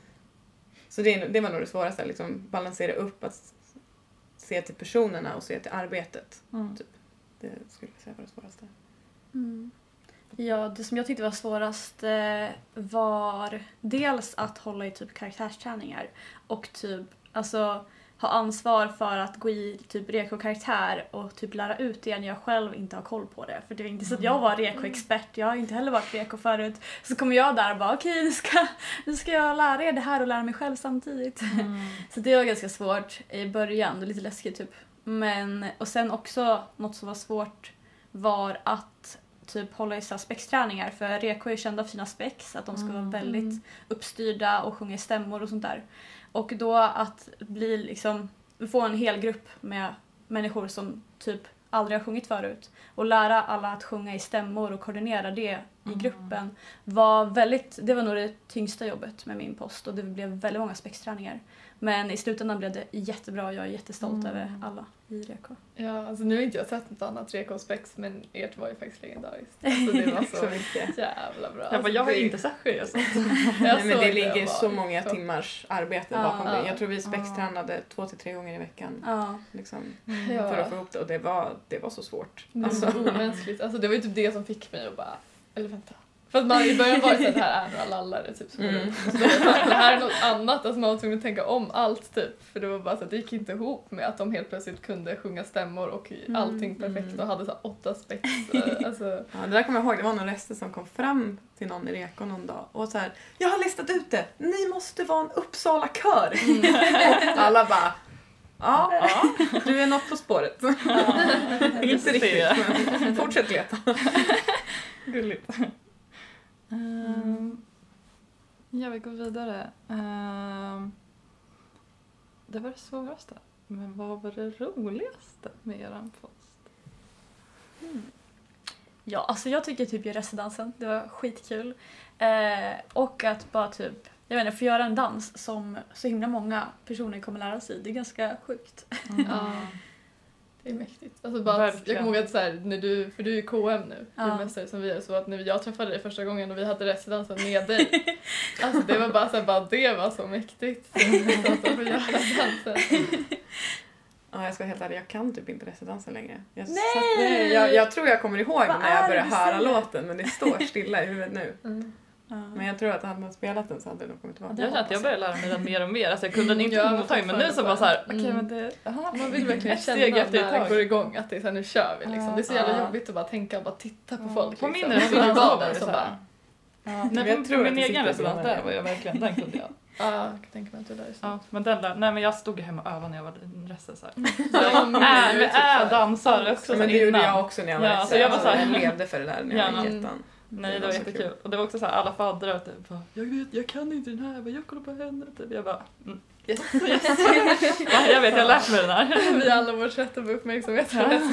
så det, det var nog det svåraste, liksom balansera upp att se till personerna och se till arbetet. Mm. Typ. Det skulle jag säga var det svåraste. Mm. Ja, det som jag tyckte var svårast eh, var dels att hålla i typ karaktärsträningar och typ alltså ha ansvar för att gå i typ reko-karaktär och typ lära ut det när jag själv inte har koll på det. För det var inte så att jag var reko-expert, jag har inte heller varit reko förut. Så kommer jag där och bara okej, okay, nu, ska, nu ska jag lära er det här och lära mig själv samtidigt. Mm. Så det var ganska svårt i början, det var lite läskigt typ. Men, och sen också något som var svårt var att typ hålla i så här spexträningar, för reko är kända för sina spex, att de ska vara väldigt uppstyrda och sjunga i stämmor och sånt där. Och då att bli liksom, få en hel grupp med människor som typ aldrig har sjungit förut och lära alla att sjunga i stämmor och koordinera det i gruppen var väldigt, det var nog det tyngsta jobbet med min post och det blev väldigt många spexträningar. Men i slutändan blev det jättebra och jag är jättestolt Mm. över alla i Reko. Ja, alltså nu har inte jag sett något annat Reko och Spex, men ert var ju faktiskt legendariskt. Alltså det var Så så mycket. jävla bra. Jag, bara, jag har Alltså, inte sett det. Så. Nej, men det ligger och så bara, många så- timmars arbete Ja. bakom det. Ja. Jag tror vi spextränade två till tre gånger i veckan. Ja. Liksom, Ja. för att få ihop det. Och det var, det var så svårt. Det Alltså, var omänskligt. Alltså det var ju typ det som fick mig att bara, eller vänta. För att man i början var det såhär, det här är några lallare typ. Som Mm. så då var det, det här är något annat, alltså man var tvungen att tänka om allt typ. För det var bara så att det gick inte ihop med att de helt plötsligt kunde sjunga stämmor och allting perfekt och hade så här åtta spex. eh, Alltså, ja, det där kommer jag ihåg. Det var någon rester som kom fram till någon i Reko någon dag och så här: jag har listat ut det. Ni måste vara en Uppsala-kör. Och alla bara, ja, ja, du är något på spåret. Inte riktigt, men fortsätt leta. Gulligt. Um, jag vill gå vidare. Um, det var det svåraste. Men vad var det roligaste med eran post? Ja, alltså jag tycker typ i residensen, det var skitkul. Eh, och att bara typ, jag vet inte, få göra en dans som så himla många personer kommer lära sig. Det är ganska sjukt. ja. Det är mäktigt. Alltså bara att, jag Verkligen. kommer ihåg att så här, när du, för du är K M nu, Ja. du är mästare som vi är, så att när jag träffade dig första gången och vi hade residensen med dig, alltså det var bara så här, bara det var så mäktigt. Alltså för göra dansen. Ja, jag ska vara helt ärlig, jag kan typ inte residensen längre. Jag, Nej! satt- nej, jag, jag tror jag kommer ihåg Vad när är jag det började du höra säger? låten, men det står stilla i huvudet nu. Mm. Men jag tror att hade man spelat den så hade det nog kommit tillbaka. Jag känner att jag börjar lära mig den mer och mer. Alltså jag kunde den inte Ja, på något tag, men nu så bara så här, okej Mm. men det... Aha. Man vill verkligen Ett känna steg efter ett när det tag. går igång att det är så här, nu kör vi liksom. Det är så jävla Ja. jobbigt att bara tänka och bara titta på Ja, folk. på liksom. min Man vill ju residens vara var där det som så här. bara, Ja, Men nej, jag på, tror på att min det egen sitter residens bland där det. var jag verkligen, den kunde jag. ja, jag kan tänka mig att du lär dig så. Ja, men den där, nej men jag stod ju hemma och övade när jag var liten resta så här. Ja, men Äh, det är vi typ så här- är dansare också Men så det gjorde innan. jag också när jag var Ja, liten. så jag var så här- jag levde för det där när jag Ja, var i men- ettan. Nej, det var var så jättekul. Och det var också så här, alla faddrar typ bara, jag vet, jag kan inte den här, jag, bara, jag kollar på henne typ. Jag bara, mm, yes, yes. Ja, jag vet, jag har lärt mig den här. Vi alla vårt sätt att få uppmärksamhet.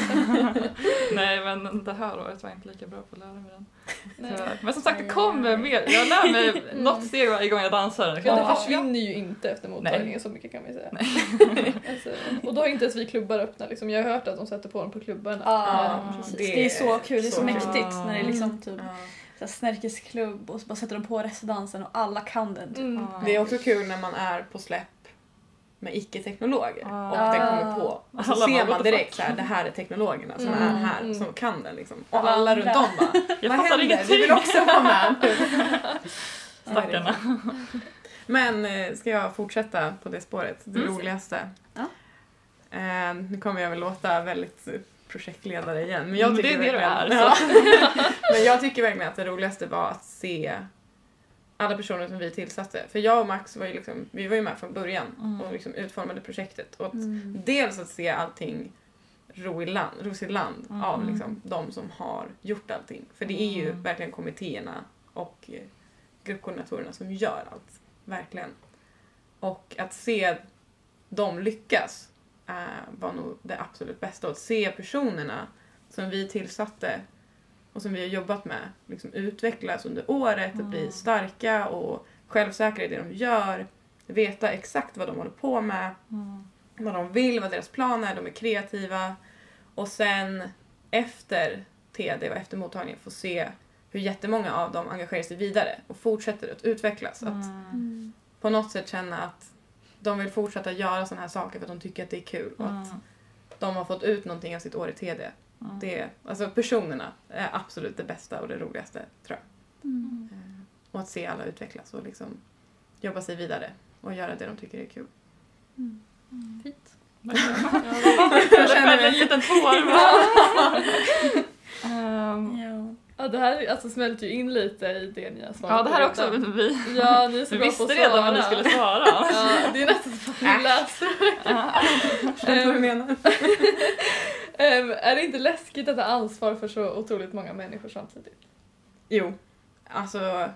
Nej, men det här året var jag inte lika bra på att lära mig den. Nej. Så, men som sagt, det kommer mer. Jag lär mig Mm. något steg varje gång jag dansar. Ja, Ja. det försvinner ju inte efter mottagningen, Nej. så mycket kan man ju säga. Alltså, och då har inte ens vi klubbar öppna. Liksom. Jag har hört att de sätter på dem på klubbarna. Ja, Ja, precis. det Det är så är kul, det är så, så mäktigt kul. när det är liksom typ Ja. så här snärkesklubb och så bara sätter de på restdansen och alla kan den typ. Mm. Ja. Det är också kul när man är på släpp med icke-teknologer Ah. och den kommer på. Och så Alla bara, ser what man the direkt fuck? så här, det här är teknologerna som Mm, är här, mm. som kan den liksom. Och Alla alla andra. runt om bara, Jag vad fattar händer? ingenting. Vi vill också vara med. Stackarna. Men eh, ska jag fortsätta på det spåret? Det Mm. roligaste. Ja. Eh, nu kommer jag väl låta väldigt eh, projektledare igen. Men jag Men det tycker är det du verkligen- är, Ja. Men jag tycker verkligen att det roligaste var att se alla personer som vi tillsatte. För jag och Max var ju liksom, vi var ju med från början Mm. och liksom utformade projektet. Och att Mm. dels att se allting ro i land, ros i land Mm. av liksom de som har gjort allting. För det är ju Mm. verkligen kommittéerna och eh, gruppkoordinatorerna som gör allt. Verkligen. Och att se dem lyckas eh, var nog det absolut bästa. Och att se personerna som vi tillsatte och som vi har jobbat med liksom utvecklas under året, att bli Mm. starka och självsäkra i det de gör. Veta exakt vad de håller på med, Mm. vad de vill, vad deras planer är, de är kreativa. Och sen efter T D och efter mottagningen få se hur jättemånga av dem engagerar sig vidare och fortsätter att utvecklas. Att Mm. på något sätt känna att de vill fortsätta göra såna här saker för att de tycker att det är kul. Och att Mm. de har fått ut någonting av sitt år i T D. Mm. Det, alltså personerna är absolut det bästa och det roligaste, tror jag. Mm. Eh, Och att se alla utvecklas och liksom jobba sig vidare och göra det de tycker är kul. Fint. Jag känner en liten tår. va? Ehm, Ja. Ja, det här alltså, smälter ju in lite i det ni har svarat Ja, det här är på också redan. vi, Ja, ni är så vi bra på visste att redan vad ni svara. skulle svara. Ja, det är nästan som att ni Äsch. läser. Förstår du vad du menar? Ehm, är det inte läskigt att ha ansvar för så otroligt många människor samtidigt? Jo, alltså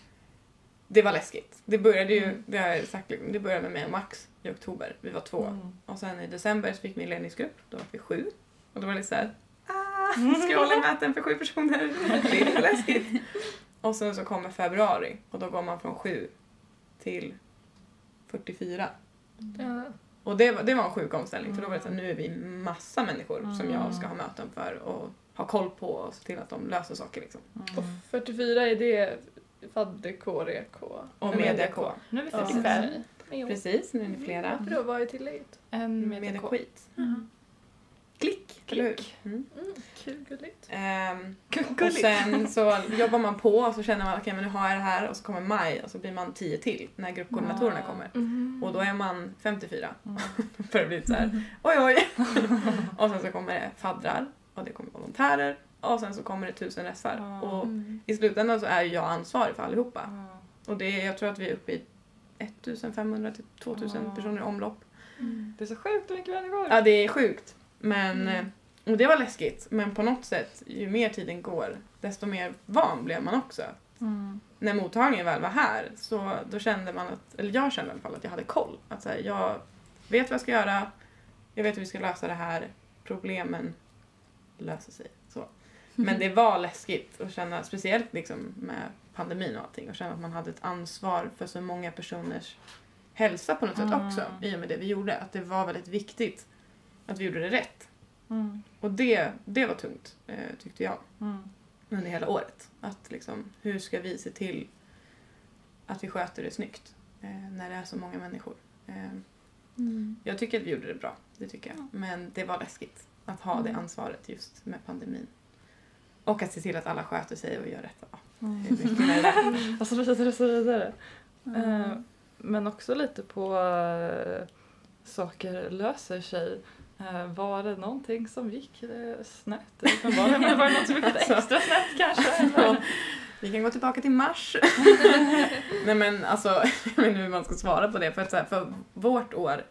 det var läskigt. Det började ju, Mm. det har jag sagt, liksom, det började med mig och Max i oktober. Vi var två. Mm. Och sen i december så fick vi en ledningsgrupp. Då var vi sju. Och då var det lite såhär, ah, ska jag hålla möten för sju personer? Det är lite läskigt. Och sen så kommer februari och då går man från sju till fyrtiofyra. Ja. Och det var, det var en sjuk omställning för då var det så här, nu är vi massa människor som jag ska ha möten för och ha koll på och se till att de löser saker liksom. Och fyrtiofyra är det fadder K, R K Och media K. Nu är vi Ja. fyrtiofem. Jo. Precis, nu är ni flera. Varför då? Vad är tillägget? En Media med skit. Mm. Klick, eller hur? Klick. Mm. Mm, kul, gulligt. Ehm, och Gulligt. sen så jobbar man på och så känner man okej men nu har jag det här och så kommer maj och så blir man tio till när gruppkoordinatorerna Ah. kommer. Mm. Och då är man femtiofyra. Mm. För det blir så här, oj oj. Och sen så kommer det faddrar och det kommer volontärer och sen så kommer det tusen rättsar. Ah. Och Mm. i slutändan så är ju jag ansvarig för allihopa. Ah. Och det är, jag tror att vi är uppe i femtonhundra till tvåtusen Ah. personer i omlopp. Mm. Det är så sjukt mycket människor. Ja, det är sjukt. Men, Mm. och det var läskigt. Men på något sätt, ju mer tiden går, desto mer van blev man också. Mm. När mottagningen väl var här, så då kände man att, eller jag kände i alla fall att jag hade koll. Att så här, jag vet vad jag ska göra, jag vet hur vi ska lösa det här, problemen löser sig. Så. Men det var läskigt att känna, speciellt liksom med pandemin och allting, och känna att man hade ett ansvar för så många personers hälsa på något sätt Mm. också, i och med det vi gjorde. Att det var väldigt viktigt att vi gjorde det rätt. Mm. Och det, det var tungt, eh, tyckte jag, Mm. under hela året. Att liksom, hur ska vi se till att vi sköter det snyggt eh, när det är så många människor. Eh, Mm. jag tycker att vi gjorde det bra, det tycker jag. Men det var läskigt att ha det Mm. ansvaret just med pandemin. Och att se till att alla sköter sig och gör rätt. Ja, Mm. det är mycket med det där. Och så vidare och så vidare. Mm. Eh, Men också lite på eh, saker löser sig. Eh, var det någonting som gick eh, snett? Men var, det, var det något som gick lite extra snett kanske? Eller? Vi kan gå tillbaka till mars. Nej men alltså, jag vet inte hur man ska svara på det. För att så här, för vårt år,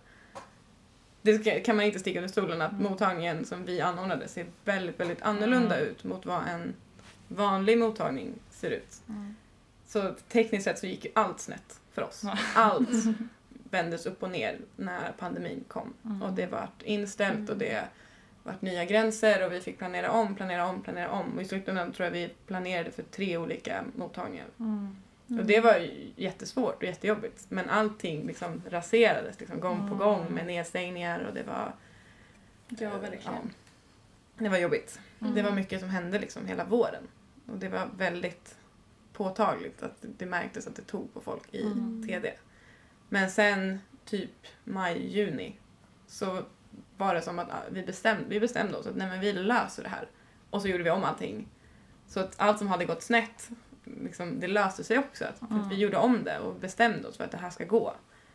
det ska, kan man inte sticka under stolen att Mm. mottagningen som vi anordnade ser väldigt, väldigt annorlunda Mm. ut mot vad en vanlig mottagning ser ut. Mm. Så tekniskt sett så gick ju allt snett för oss. Ja. Allt vändes upp och ner när pandemin kom. Mm. Och det vart inställt och det vart nya gränser och vi fick planera om, planera om, planera om. Och i slutändan tror jag vi planerade för tre olika mottagningar. Mm. Och det var ju jättesvårt och jättejobbigt. Men allting liksom raserades liksom gång på gång med nedstängningar och det var... Ja, verkligen. Ja, det var jobbigt. Mm. Det var mycket som hände liksom hela våren. Och det var väldigt påtagligt att det märktes att det tog på folk i Mm. T D. Men sen typ maj, juni så var det som att ah, vi bestämde, vi bestämde oss att nej men vi löser det här. Och så gjorde vi om allting. Så att allt som hade gått snett, liksom, det löste sig också. Att, för att vi Mm. gjorde om det och bestämde oss för att det här ska gå.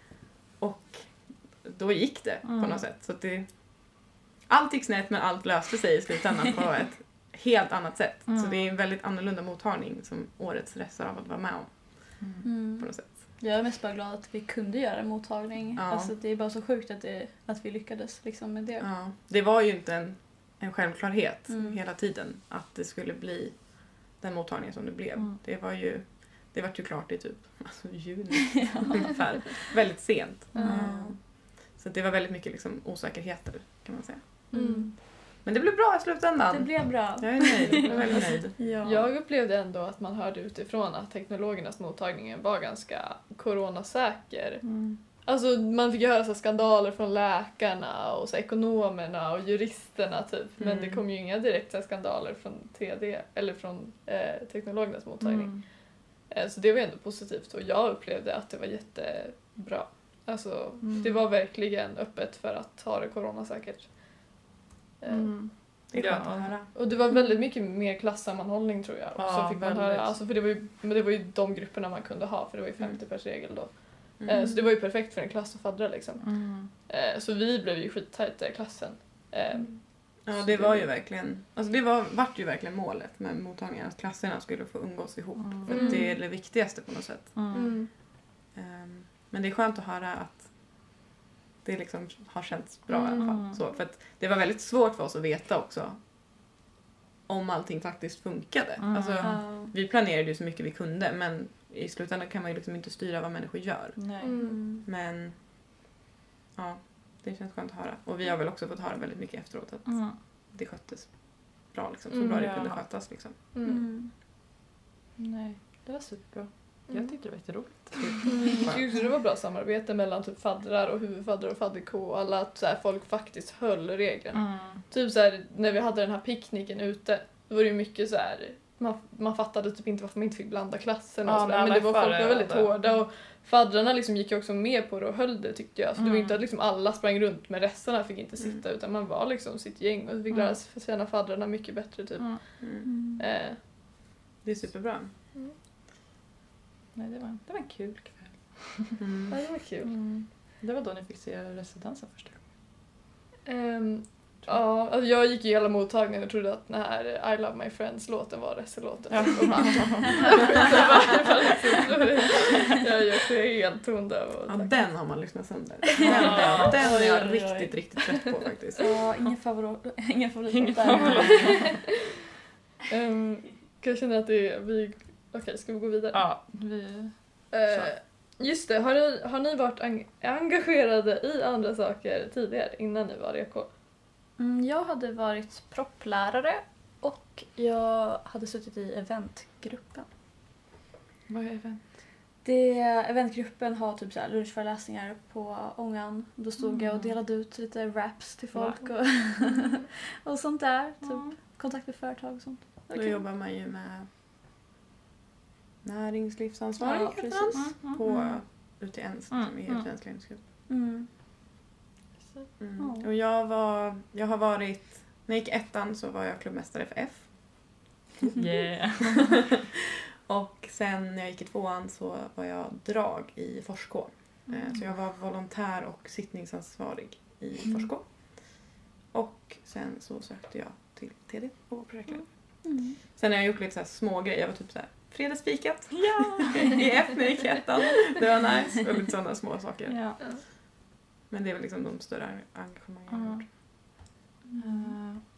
Och då gick det Mm. på något sätt. Så att det, allt gick snett men allt löste sig i slutändan på ett helt annat sätt. Mm. Så det är en väldigt annorlunda mottagning som årets resa av att vara med om Mm. på något sätt. Jag är mest bara glad att vi kunde göra en mottagning. Ja. Alltså, det är bara så sjukt att, det, att vi lyckades liksom, med det. Ja, det var ju inte en, en självklarhet Mm. hela tiden att det skulle bli den mottagningen som det blev. Mm. Det var ju det var ju klart i typ alltså, juni ungefär. Väldigt sent. Mm. Mm. Så det var väldigt mycket liksom, osäkerheter kan man säga. Mm. Men det blev bra i slutändan. Det blev bra. Jag är nöjd. Jag är väldigt nöjd. Ja. Jag upplevde ändå att man hörde utifrån att teknologernas mottagning var ganska coronasäker. Mm. Alltså man fick ju höra så här skandaler från läkarna och så här ekonomerna och juristerna typ. Men Mm. det kom ju inga direkta skandaler från T D eller från eh, teknologernas mottagning. Mm. Eh, så det var ändå positivt och jag upplevde att det var jättebra. Alltså Mm. det var verkligen öppet för att ha det coronasäkert. Eh, Mm. Det är skönt Ja. att höra. Och det var väldigt mycket mer klassammanhållning tror jag. Ja, så fick man höra, väldigt. alltså, för det var, ju, men det var ju de grupperna man kunde ha för det var ju femtio pers regel då. Mm. Eh, så det var ju perfekt för en klass att faddra liksom. Mm. Eh, så vi blev ju skittajta i klassen. Eh, Ja, så det var ju verkligen, alltså det var, vart ju verkligen målet med mottagningen, att klasserna skulle få umgås ihop. Mm. För att det är det viktigaste på något sätt. Mm. Ehm, Men det är skönt att höra att det liksom har känts bra i alla Mm. fall. Så, för att det var väldigt svårt för oss att veta också om allting faktiskt funkade. Mm. Alltså, Ja. vi planerade ju så mycket vi kunde men i slutändan kan man ju liksom inte styra vad människor gör. Nej. Mm. Men ja, det känns skönt att höra. Och vi har väl också fått höra väldigt mycket efteråt att Mm. det sköttes bra. Liksom, så Mm, bra det ja. kunde skötas. Liksom. mm. Mm. Nej, det var superbra. Mm. Jag tyckte det var jätteroligt. Mm. Jag tyckte också det var bra samarbete mellan typ faddrar och huvudfaddrar och fadderko och alla att så här, folk faktiskt höll reglerna. Mm. Typ så här, när vi hade den här picknicken ute, då var det ju mycket så här. Man, man fattade typ inte varför man inte fick blanda klassen och Ja, sådär. men Men det var, alla folk var väldigt förade. hårda och faddrarna liksom gick ju också med på det och höll det tyckte jag. Så det var Mm. inte att liksom alla sprang runt men resterna fick inte sitta Mm. utan man var liksom sitt gäng och fick Mm. lära sig känna faddrarna mycket bättre typ. Mm. Mm. Mm. Eh, Det är superbra. Nej, det var, det var en kul kväll. Mm. ja, det var kul. Mm. Det var då ni fick se residensen första gången. Ehm, ja, alltså jag gick i hela mottagningen och trodde att den här I Love My Friends-låten var Resse-låten. Ja. Och bara, jag är också helt tondöv. och Ja, tack. den har man lyssnat sönder. Den, den, den är jag Oj, oj, oj. riktigt, riktigt trött på faktiskt. Ja, ingen favorit. Ingen favorit Ingen där. favorit. Um, jag känner att det är... Vi, okej, ska vi gå vidare? Ja, vi... Eh, just det, har ni, har ni varit en- engagerade i andra saker tidigare innan ni var R K? Mm, jag hade varit propplärare och jag hade suttit i eventgruppen. Vad är event? Det, eventgruppen har typ så här lunchföreläsningar på Ångan. Då stod jag och Mm. delade ut lite raps till Va? folk och, och sånt där. Typ Mm. kontakt med företag och sånt. Då jobbar man ju med näringslivsansvarig Ja, heter precis. det, Mm. på Mm. U T N Mm. som är Mm. Utländsk ledningsgrupp. Mm. Mm. Ja. Och jag var, jag har varit, när jag gick ettan så var jag klubbmästare för F. Yeah. Och sen när jag gick i tvåan så var jag drag i Forsk. Mm. Eh, Så jag var volontär och sittningsansvarig i Mm. Forsk. Och sen så sökte jag till T D och var projektledare. Mm. Sen har jag gjort lite så här små grejer. Jag var typ så här fredagsfikat Ja! i F när jag gick i ettan. Det var nice. Och lite sådana små saker. Ja. Men det är väl liksom de större engagemangen jag har Mm. gjort. Eh, och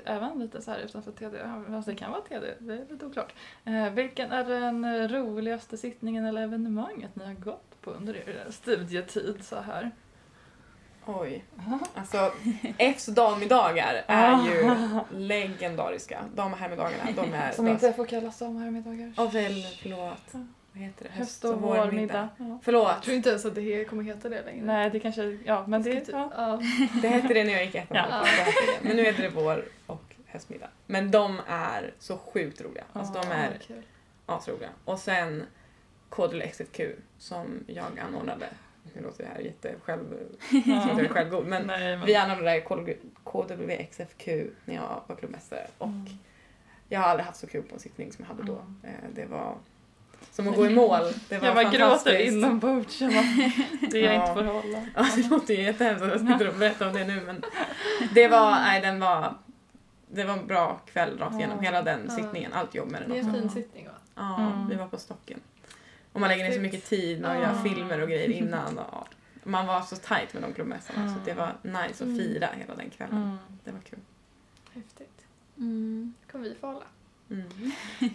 även lite så här utanför T D. Alltså det kan vara T D, det är lite oklart. Eh, vilken är den roligaste sittningen eller evenemanget ni har gått på under er studietid så här? Oj. Alltså, Fs damiddagar är ju legendariska. Dam- och herrmiddagarna, de är... Som inte får kallas som här middagar. Åh, väl, förlåt. Vad heter det? Höst- och vårmiddag. Ja. Förlåt. Jag tror inte ens att det he- kommer heta det längre. Nej, det kanske... Ja, men det... Typ- Ja. ja. Det hette det när jag gick i ettan. Ja. Men nu heter det vår och höstmiddag. Men de är så sjukt roliga. Alltså de är Ah, kul. asroliga. Och sen K D L X F Q som jag anordnade. Nu låter det här jättesjälv... Som att jag är självgod. Men Nej, men... vi anordnade K D W X F Q när jag var klubbmästare. Och Mm. jag har aldrig haft så kul på en sittning som jag hade då. Mm. Eh, Det var som att gå i mål. Det var Jag bara gråter fantastiskt. inombords. Jag bara, det är jag Ja. inte får hålla. Ja, det låter ju jättehemskt att jag sitter och berättar om det nu. Men det var, nej, den var, det var en bra kväll rakt igenom. Hela den Ja. sittningen. Allt jobb med den Det är en också. fin sittning va? Ja, Mm. vi var på Stocken. Och man lägger ner så mycket tid och gör Ja. filmer och grejer innan. Och man var så tajt med de klubbmästarna. Mm. Så det var nice att Mm. fira hela den kvällen. Mm. Det var kul. Häftigt. Mm. Kommer vi få hålla? Mm.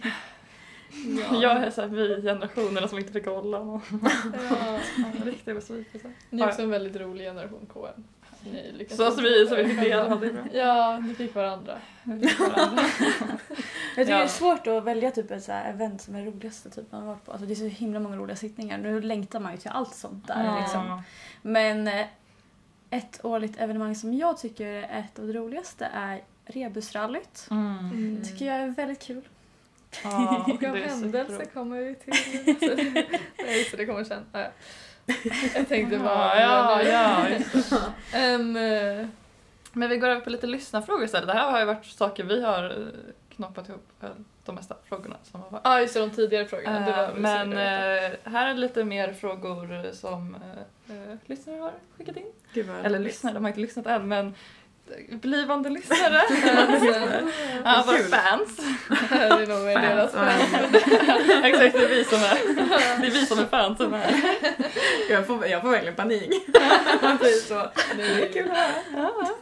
Jag är såhär vi generationerna som inte fick hålla. Ja. Ja, riktigt besvikelse. Ni är också en väldigt rolig generation K M. Ni lyckas Så som vi, så vi fick dela. Det är bra. Ja, ni fick varandra. Jag tycker Ja. det är svårt att välja typ ett så här event som är roligaste typ man har varit på. Alltså det är så himla många roliga sittningar. Nu längtar man ju till allt sånt där Ja. liksom. Men eh, ett årligt evenemang som jag tycker är ett av de roligaste är Rebusrallyt. Mm. Det tycker jag är väldigt kul. Ja, Och av det är så händelse roligt. kommer vi till... Nej, så det kommer sen. Ja, ja. Jag tänkte Ja, bara... ja, ja, just det. Ehm, eh, Men vi går över på lite lyssnarfrågor istället. Det här har ju varit saker vi har eh, knoppat ihop, eh, de mesta frågorna som har varit. Ja, just det, de tidigare frågorna. Det var Eh, väl Men så det var. eh, här är lite mer frågor som eh, eh, lyssnare har skickat in. Gud vad Eller lyssnare, de har inte lyssnat än, men blivande lyssnare. Ja, våra Kul. fans. Det är nog med deras Fans. fans. Exakt, det är vi som är, det är, vi som är fans som är. Jag får, jag får verkligen panik. Man blir så, det är kul. Ja.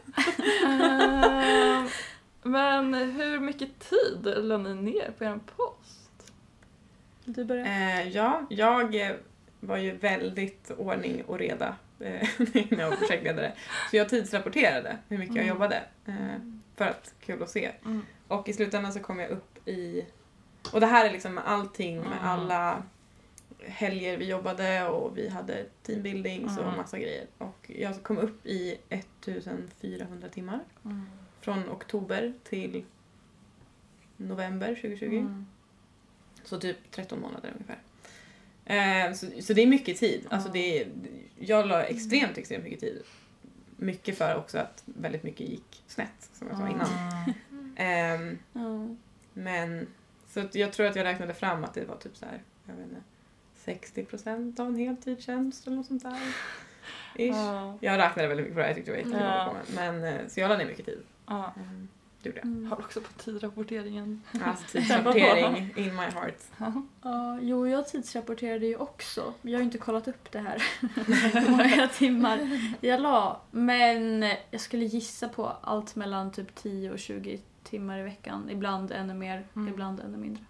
Eh, Men hur mycket tid la ni ner på er post? Du börjar. Eh, ja, jag eh, var ju väldigt ordning och reda eh, när jag var projektledare. Så jag tidsrapporterade hur mycket jag Mm. jobbade. Eh, för att kul att se. Mm. Och i slutändan så kom jag upp i... Och det här är liksom allting med Mm. alla helger vi jobbade och vi hade teambuildings och Mm. massa grejer. Och jag kom upp i ettusenfyrahundra timmar. Mm. Från oktober till november tjugohundratjugo. Mm. Så typ tretton månader ungefär. Eh, så, så det är mycket tid. Alltså Ja. det är, jag la extremt, extremt mycket tid. Mycket för också att väldigt mycket gick snett, som jag sa innan. Mm. Ehm, Ja. men så att jag tror att jag räknade fram att det var typ så här, jag vet inte, sextio procent av en heltidstjänst eller något sånt där. Ish. Ja. Jag räknade väldigt mycket på det, jag tyckte det var jättekul Ja. att hålla på med. Men, eh, så jag la ner mycket tid. Ja. Mm, det gjorde jag. Mm. Jag håller också på tidrapporteringen. Alltså tidsrapportering in my heart. Ja, jo, jag tidsrapporterade ju också. Jag har ju inte kollat upp det här. Hur många timmar jag la. Men jag skulle gissa på allt mellan typ tio och tjugo timmar i veckan. Ibland ännu mer, Mm. ibland ännu mindre.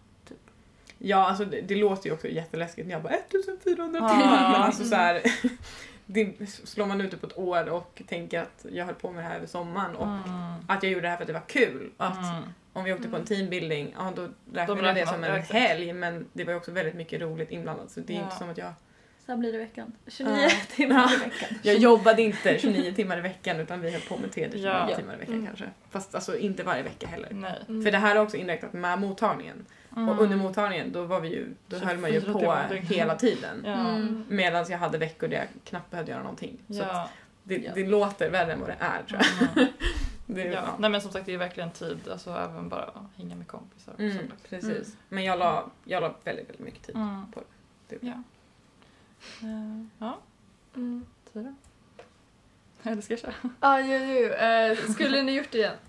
Ja, alltså det, det låter ju också jätteläskigt när jag bara ettusenfyrahundra Ja. timmar. Men alltså så här, det slår man ut det på ett år och tänker att jag höll på med det här över sommaren och Mm. att jag gjorde det här för att det var kul. Att Mm. om vi åkte på en teambuilding, ja då räknade Då jag det räknar som man, en exakt. helg, men det var ju också väldigt mycket roligt inblandat. Så det är Ja. inte som att jag... Så här blir det i veckan. tjugonio Ja. timmar i veckan. Jag jobbade inte tjugonio timmar i veckan utan vi höll på med tre till tjugonio Ja. timmar i veckan Mm. kanske. Fast alltså inte varje vecka heller. Nej. Mm. För det här är också inräknat med mottagningen. Mm. Och under mottagningen då var vi ju, då höll man ju tjugofyra på timmar dygn. hela tiden. Ja. Mm. Medan jag hade veckor där jag knappt behövde göra någonting. Så att Ja. det, Ja. det låter värre än vad det är tror jag. Mm. Det, Ja. ja. Nej men som sagt det är verkligen tid, alltså även bara hänga med kompisar. och Mm, sånt. precis. Mm. Men jag la, jag la väldigt, väldigt mycket tid Mm. på det. Ja. Eh, ja, Mm. Tyra. Eller ska jag köra? Ah, jo, jo. Eh, skulle ni gjort det igen?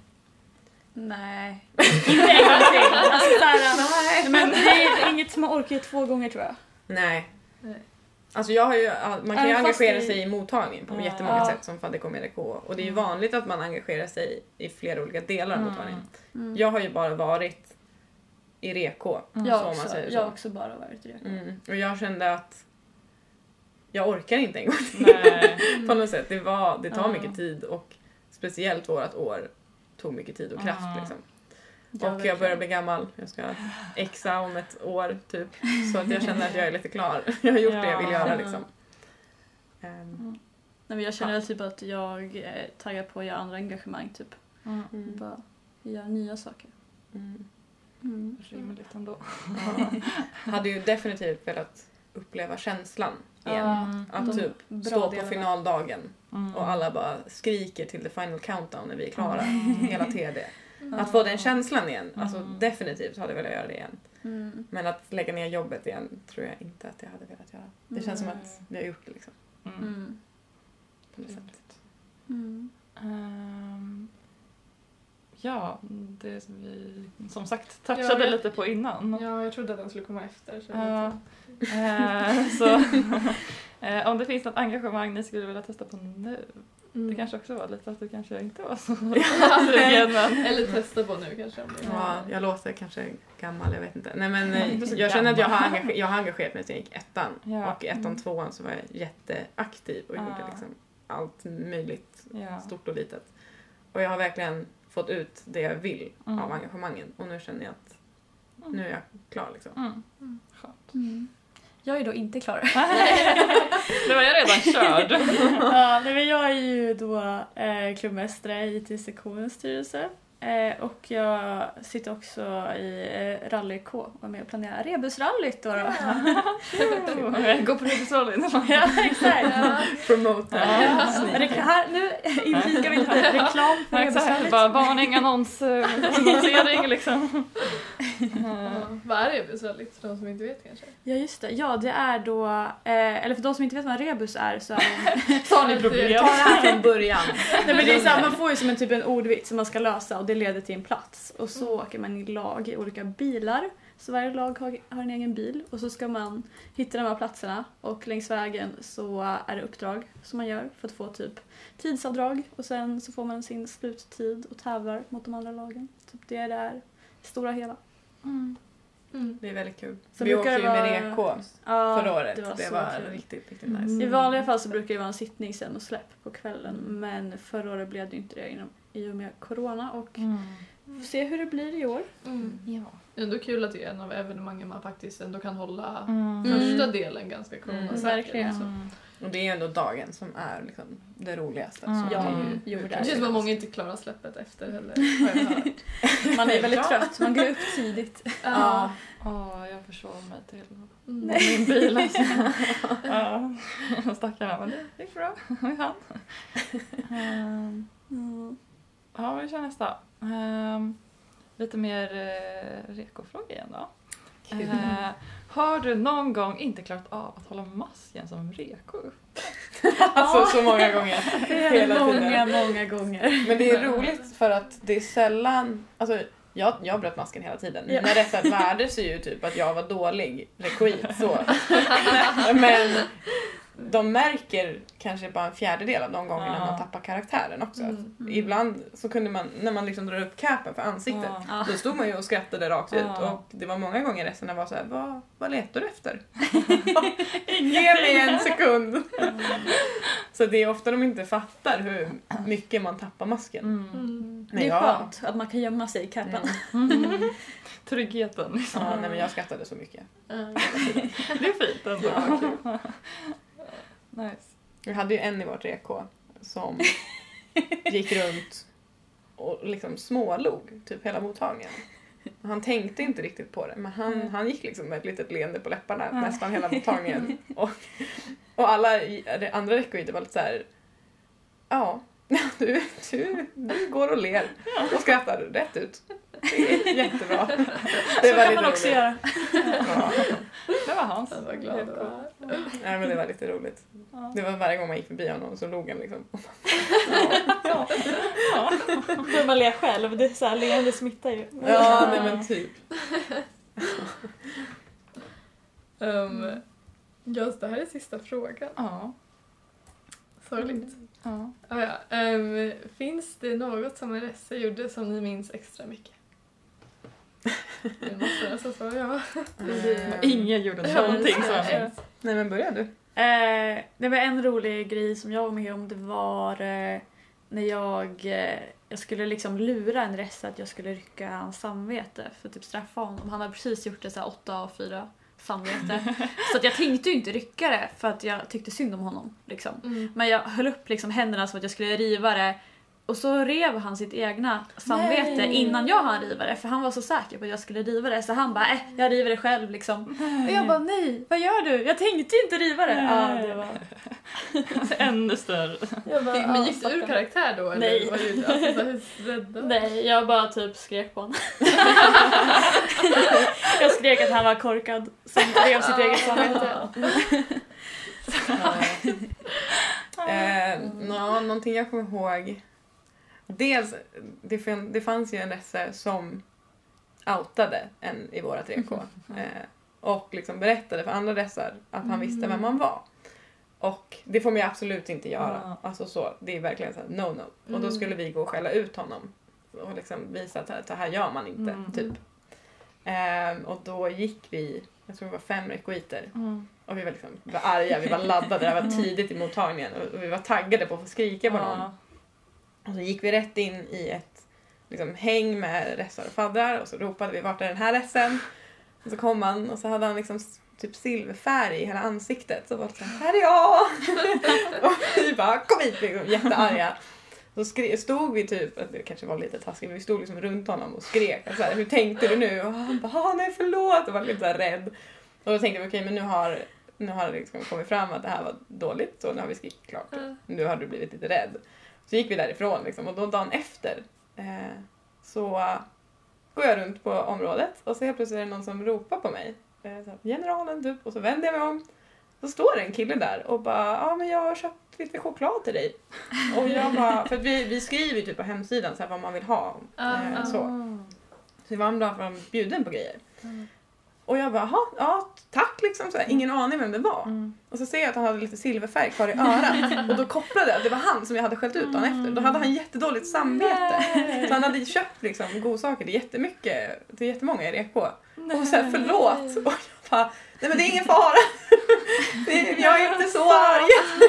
Nej. Inte en gång till. Alltså, så här, men det är inget som man orkar två gånger tror jag. Nej. Nej. Alltså jag har ju, man kan ju Även fast engagera det- sig i mottagningen på Ja. jättemånga Ja. sätt som Faddekom E D K. Och det är ju Mm. vanligt att man engagerar sig i flera olika delar av Mm. mottagningen. Mm. Jag har ju bara varit i R E K. Mm. jag, så också, man säger så. jag har också bara varit i det. Mm. Och jag kände att jag orkar inte en gång till. Nej. På något sätt. Det, var, det tar Ja. mycket tid och speciellt vårt år tog mycket tid och kraft. Ja. Liksom. Ja, Och jag verkligen. börjar bli gammal. Jag ska exa om ett år typ. Så att jag känner att jag är lite klar. Jag har gjort det jag vill göra liksom. Ehm, Nej, men jag känner väl typ att jag är taggad på att göra andra engagemang. Typ. Mm. mm, Bara göra nya saker. mm. Mm. Rimligt ändå. Ja. Hade ju definitivt velat uppleva känslan igen. Mm. Att De typ bra stå på delarna. finaldagen Mm. och alla bara skriker till the final countdown när vi är klara. Mm. Hela T D. Mm. Att få den känslan igen. Alltså Mm. definitivt hade jag velat göra det igen. Mm. Men att lägga ner jobbet igen tror jag inte att jag hade velat göra. Det känns som att vi har gjort det liksom. Mm. Mm. På det sättet. Mm. Ehm, ja, det som vi som sagt touchade Ja, jag- lite på innan. Ja, jag trodde att den skulle komma efter. Så Ja. Eh, så eh, om det finns något engagemang ni skulle vilja testa på nu. mm. Det kanske också var lite att du kanske inte var så sugen, men... Eller testa på nu kanske. Om det Ja, jag låter kanske gammal, jag vet inte. Nej men eh, Inte så jag känner att jag har, gammal. engager- jag har engagerat mig sen jag gick ettan. Ja. Och i ettan, Mm. tvåan så var jag jätteaktiv och Ja. gjorde liksom allt möjligt, Ja. stort och litet. Och jag har verkligen fått ut det jag vill Mm. av engagemangen. Och nu känner jag att nu är jag klar liksom. Mm. Mm. Skönt. Mm. Jag är då inte klar. Nu var jag redan körd. Ja, nej, men jag är ju då eh, klubbmästare i I T-sektionens styrelse. Eh, och jag sitter också i eh, Rally-K och är med och planerar Rebusrallyt. Då då. Gå på Rebusrallyn. Ja, exakt. Promote det. Ja, Snyggt. rek- här, nu inflikar vi lite reklam för Ja, exakt. Rebusrallyt. Bara varning, annons, eh, annonsering liksom. Ja. Vad är rebusrallyt för de som inte vet kanske? Ja, just det. Ja, det är då... Eh, eller för de som inte vet vad en rebus är så är det... Tar ni problem? Ta det här från början. Nej, men det är så här, man får ju som en typ en ordvits som man ska lösa och det leder till en plats. Och så åker man i lag i olika bilar. Så varje lag har, har en egen bil och så ska man hitta de här platserna och längs vägen så är det uppdrag som man gör för att få typ tidsavdrag och sen så får man sin sluttid och tävlar mot de andra lagen. Typ det är det här stora hela. Mm. Mm. Det är väldigt kul. Så vi brukar åkte ju det med vara- R E K Ja, förra året. det Det var var, så kul. riktigt, riktigt Mm. nice. I vanliga fall så brukar det vara en sittning sen och släpp på kvällen Mm. men förra året blev det inte det inom, i och med corona och Mm. vi får se hur det blir i år. Mm. Ja. Ändå kul att det är en av evenemangen man faktiskt ändå kan hålla Mm. första Mm. delen ganska coronasäker. Verkligen. Alltså. Mm. Och det är ju ändå dagen som är liksom det roligaste. Mm. Så Ja, det är ju- jo, det Det är känns som att många inte klarar släppet efter heller. Har jag hört. Man är väldigt Ja. trött, man går upp tidigt. Ja. Åh, jag försov mig till Mm. min bil alltså. Ja, stackarna, men det gick bra. Vi hann. Ehm, Mm. Ja, vi kör nästa. Ehm, lite mer uh, rekofråga igen då. Kul. Eh, har du någon gång inte klarat av att hålla masken som reko? Alltså så många gånger. Det är Hela många, tiden. många gånger. Men det är roligt för att det är sällan... Alltså, jag, jag bröt masken hela tiden. Ja. Mina rätta värde ser ju typ att jag var dålig rekoit så. Men de märker kanske bara en fjärdedel av de gångerna Ja. man tappar karaktären också. Mm. Ibland så kunde man, när man liksom drar upp capen för ansiktet, Ja. Ja. då stod man ju och skrattade rakt ut. Ja. Och det var många gånger resten var så här: vad, vad letar du efter? Ge mig en sekund! Så det är ofta de inte fattar hur mycket man tappar masken. Mm. Mm. Men Det är jag- skönt att man kan gömma sig i capen. Mm. Tryggheten liksom. Ja, nej, men jag skrattade så mycket. Mm. Det är fint ändå. Ja, kul. Nice. Vi hade ju en i vårt R E K som gick runt och liksom smålog typ hela mottagningen. Han tänkte inte riktigt på det, men han, Mm. han gick liksom med ett litet leende på läpparna Ja. nästan hela mottagningen. Och, och alla i- det andra rekoider var lite så här: ja, du, du, du går och ler och skrattar rätt ut. Det är jättebra. Det Så var kan lite man också roligt. göra. Ja. Det var hans. Jag var glad att vara här. Nej, men det var lite roligt. Ja. Det var varje gång man gick förbi honom så log han liksom. Ja. Ja. Börjar man le själv, det är så här, leende smittar ju. Ja, nej men typ. Um, Ja, så det här är sista frågan. Ja. Sorgligt. Ja. Ah, ja. um, finns det något som en resa gjorde som ni minns extra mycket? Det måste nästan svara ja. Mm. Ingen gjorde någonting som jag minns. Nej, men börja du. Eh, det var en rolig grej som jag var med om. Det var eh, när jag, eh, jag skulle liksom lura en resa att jag skulle rycka hans samvete för att typ straffa honom. Han hade precis gjort det så här åtta av fyra samvete. Så att jag tänkte ju inte rycka det för att jag tyckte synd om honom. Liksom. Mm. Men jag höll upp liksom händerna som att jag skulle riva det. Och så rev han sitt egna samvete Nej. innan jag hann riva det. För han var så säker på att jag skulle riva det. Så han bara, äh, jag river det själv liksom. Nej. Och jag bara, nej, vad gör du? Jag tänkte ju inte riva det. Nej. Ja, det var... Ännu större. Jag bara, Men ja, gick du ur stackarn. karaktär då? Eller Nej. var du alltså, så här rädda? Nej, jag bara typ skrek på honom. Jag skrek att han var korkad som rev sitt eget samvete. Eh, nå, någonting jag kommer ihåg. Dels, det, fin- det fanns ju en resa som outade en i våra tre K. Eh, och liksom berättade för andra resor att han visste vem man var. Och det får man ju absolut inte göra. Ja. Alltså så, det är verkligen så här, no no. Och då Mm. skulle vi gå och skälla ut honom. Och liksom visa att det här gör man inte, Mm. typ. Eh, och då gick vi, jag tror det var fem rekoiter. Mm. Och vi var liksom vi var arga, vi var laddade, det var tidigt i mottagningen. Och vi var taggade på att få skrika på någon. Ja. Och så gick vi rätt in i ett liksom, häng med ressar och faddrar. Och så ropade vi, vart är den här ressen? Och så kom han och så hade han liksom typ silverfärg i hela ansiktet. Så var det så här, här är jag! Och vi bara, kom hit! Liksom, jättearga. Så skri- stod vi typ, det kanske var lite taskigt, men vi stod liksom runt honom och skrek. Och så här, hur tänkte du nu? Och han bara, ah, nej förlåt! Och var lite så här rädd. Och då tänkte vi, okej, men nu har, nu har det liksom kommit fram att det här var dåligt. Så nu har vi skrikit klart. Mm. Nu har du blivit lite rädd. Så gick vi därifrån liksom, och då dagen efter eh, så uh, går jag runt på området och så helt plötsligt är det någon som ropar på mig. Eh, så, generalen typ. Och så vänder jag mig om. Så står det en kille där och bara, ja ah, men jag har köpt lite choklad till dig. Och jag bara, för att vi, vi skriver typ på hemsidan så här, vad man vill ha. Eh, Ah. så. så det var en dag för att de bjuden på grejer. Mm. Och jag bara, ja tack liksom. Så här, ingen aning vem det var. Mm. Och så ser jag att han hade lite silverfärg kvar i örat. Och då kopplade jag att det var han som jag hade skällt ut dagen efter. Då hade han jättedåligt samvete. Nej. Så han hade köpt liksom godsaker till jättemycket, till jättemånga i R K. Och så här, förlåt. Och jag bara, nej men det är ingen fara. Det är, jag är inte så arg.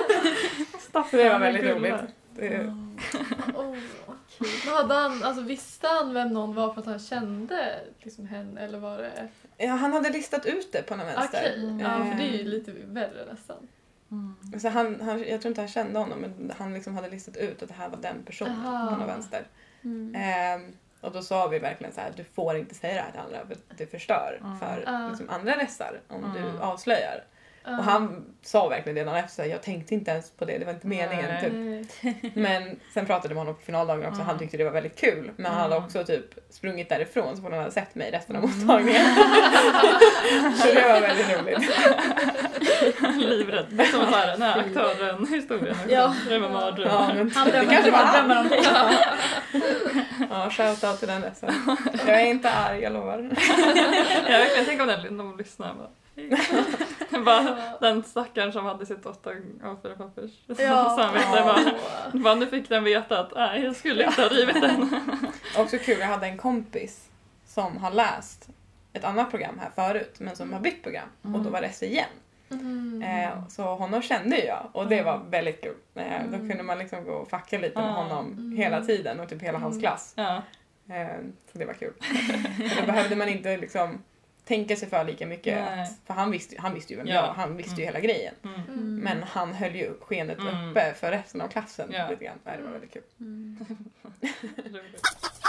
Så det var väldigt roligt. Det, Oh, men hade han, alltså, visste han vem någon var för att han kände liksom henne eller var det... ja, han hade listat ut det på någon vänster. Okej, ja för det är ju lite värre nästan. Mm. Så han, han, jag tror inte han kände honom, men han liksom hade listat ut att det här var den personen Aha. på någon vänster. Mm. Ehm, och då sa vi verkligen så här, du får inte säga det här till andra för det förstör Mm. för Ah. liksom, andra ressar om Mm. du avslöjar. Uh, Och han sa verkligen det dagen efter, så här, jag tänkte inte ens på det, det var inte meningen. Nej. Typ. Men sen pratade vi med honom på finaldagen också, Mm. han tyckte det var väldigt kul. Men han hade Mm. också typ sprungit därifrån så fort han hade sett mig resten av mottagningen. Så det var väldigt roligt. Livrädd. Det är som så här, den här aktören, historien. Ja. Det var mardröm. Ja, men Han det drömmer kanske var han. drömmer om dig. Ja, shoutout till den resten. Jag är inte arg, jag lovar. Jag verkligen tänker om den, de lyssnar. Bara. bara, den stackaren som hade sitt åtta A fyra pappers Ja. samvete. Bara, bara, nu fick den veta att nej, jag skulle inte ha rivit den. Också kul, jag hade en kompis som har läst ett annat program här förut, men som har bytt program. Och då var det S igen. Mm. Eh, så honom kände jag och det var väldigt kul. Eh, då kunde man liksom gå och facka lite med Mm. honom Mm. hela tiden och typ hela hans Mm. klass. Ja. Eh, så det var kul. Och då behövde man inte liksom tänka sig för lika mycket. Nej. Att, för han visste, han visste ju vem Ja. jag var, han visste ju Mm. hela grejen. Mm. Mm. Men han höll ju skenet Mm. uppe för resten av klassen. Ja. Lite grann. Nej, det var väldigt kul. Mm. Roligt.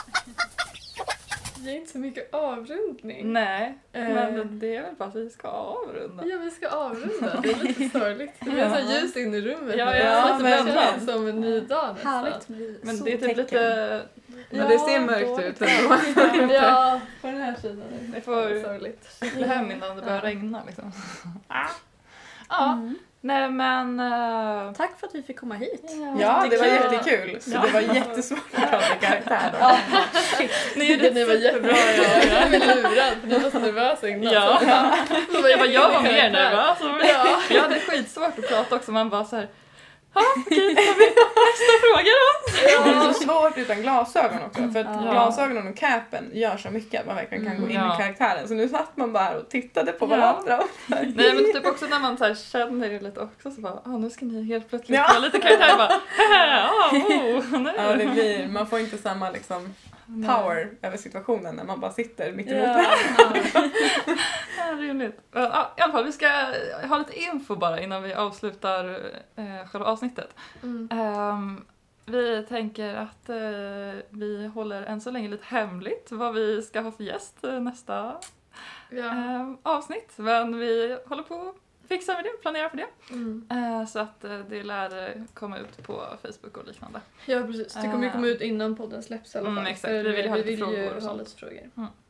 Det är inte så mycket avrundning. Nej, Eh. men det är väl bara att vi ska avrunda. Ja, vi ska avrunda. Det är lite sorgligt. Det blir så här ljust in i rummet. Ja, nu. ja, det men- känns verkligen som en ny dag nästan. Härligt med Men det är typ soltecken. lite... Men det ser mörkt dåligt. ut ändå. Ja, på den här sidan. Det får sorgligt. cykla hem innan det börjar regna liksom. Ja, Mm. nej men... eh, Tack för att vi fick komma hit. Ja, det var Jättekul. jättekul. Så Ja. det var jättesvårt att prata karaktär då. Ja. Ni gjorde Ni var jättebra, jag jag blev lurad för ni var så nervösa innan. Ja. Så bara, Jag, bara, jag var mer nervös. Ja. Jag hade skitsvårt att prata också. Man bara så här... Ja, okej, då tar vi nästa fråga då. Det är så svårt utan glasögon också. För att Ja. glasögonen och capen gör så mycket att man verkligen kan gå in Ja. i karaktären. Så nu satt man bara här och tittade på Ja. varandra. Och Nej men typ också när man så här känner det lite också så bara, ah, nu ska ni helt plötsligt Ja. vara lite karaktär. Jag bara, haha, ah, oh, nu. ja, det blir, man får inte samma liksom, power över situationen när man bara sitter mitt emot Ja. varandra. Ja, rimligt. Ja, i alla fall, vi ska ha lite info bara innan vi avslutar eh, själva avsnittet. Mm. Ehm, vi tänker att eh, vi håller än så länge lite hemligt vad vi ska ha för gäst eh, nästa Ja. eh, avsnitt. Men vi håller på att fixa med det, planera för det. Mm. Eh, så att eh, det lär eh, komma ut på Facebook och liknande. Ja precis, det kommer ju komma ut innan podden släpps i alla fall. Mm, exakt. För Vi vill ju ha lite ju frågor och ha sånt. lite frågor.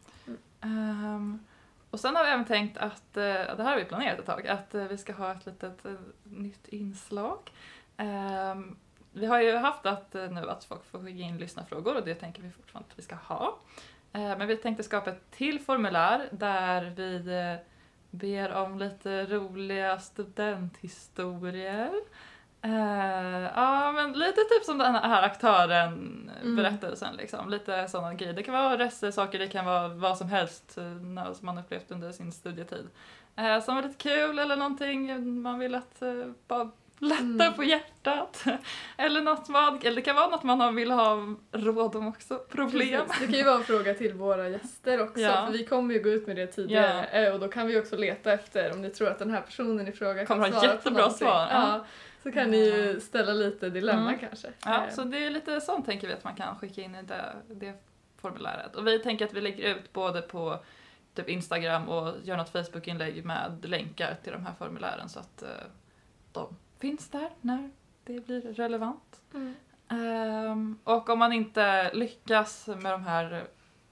Ehm, och sen har vi även tänkt att, eh, det här har vi planerat ett tag, att eh, vi ska ha ett litet eh, nytt inslag. Ehm, vi har ju haft att eh, nu att folk får skicka in lyssnarfrågor och det tänker vi fortfarande att vi ska ha. Eh, men vi tänkte skapa ett till formulär där vi eh, ber om lite roliga studenthistorier. Eh, ja men lite typ som den här aktören Mm. berättelsen liksom. Lite sådana grejer. Det kan vara resesaker, det kan vara vad som helst eh, något som man upplevt under sin studietid. Eh, som är lite kul eller någonting man vill att eh, bara lätta Mm. på hjärtat. eller något man, eller det kan vara något man vill ha råd om också. Problem. Precis. Det kan ju vara en fråga till våra gäster också, Ja. för vi kommer ju gå ut med det tidigare eh, och då kan vi också leta efter om ni tror att den här personen i fråga Kommer kan ha svara på jättebra någonting. svar, ja. Ja. Så kan ni ju ställa lite dilemma Mm. kanske. Ja, Eh, så det är lite sånt tänker vi att man kan skicka in i det, det formuläret. Och vi tänker att vi lägger ut både på typ Instagram och gör något Facebook-inlägg med länkar till de här formulären så att eh, de finns där när det blir relevant. Mm. Ehm, och om man inte lyckas med de här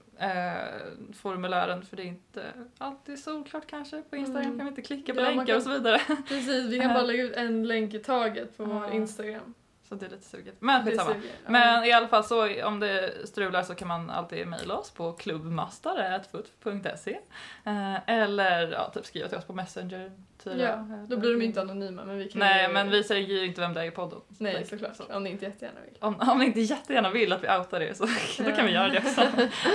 eh, formulären, för det är inte alltid solklart kanske, på Instagram Mm. kan vi inte klicka på Ja, man länkar kan- och så vidare. Precis, vi kan bara lägga ut en länk i taget på vår Ja. Instagram. Så det är lite suget. Men Det skitsamma. suger. Ja. Men i alla fall så om det strular så kan man alltid mejla oss på klubbmastare snabel-a futt punkt se eh, eller ja, typ skriva till oss på Messenger. Tyra, Ja, eller- då blir de inte anonyma men vi kan Nej, ju... men vi säger ju inte vem det är i podden. Nej, Like, såklart. så. Om ni inte jättegärna vill. Om, om ni inte jättegärna vill att vi outar er så då Ja. kan vi göra det också.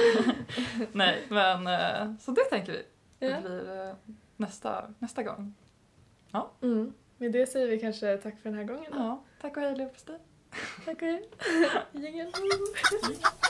Nej, men eh, så det tänker vi. Ja. Det blir eh, nästa, nästa gång. Mm. Med det säger vi kanske tack för den här gången då. Ja, tack och hej leverpastej. Tack och hej. Jingel.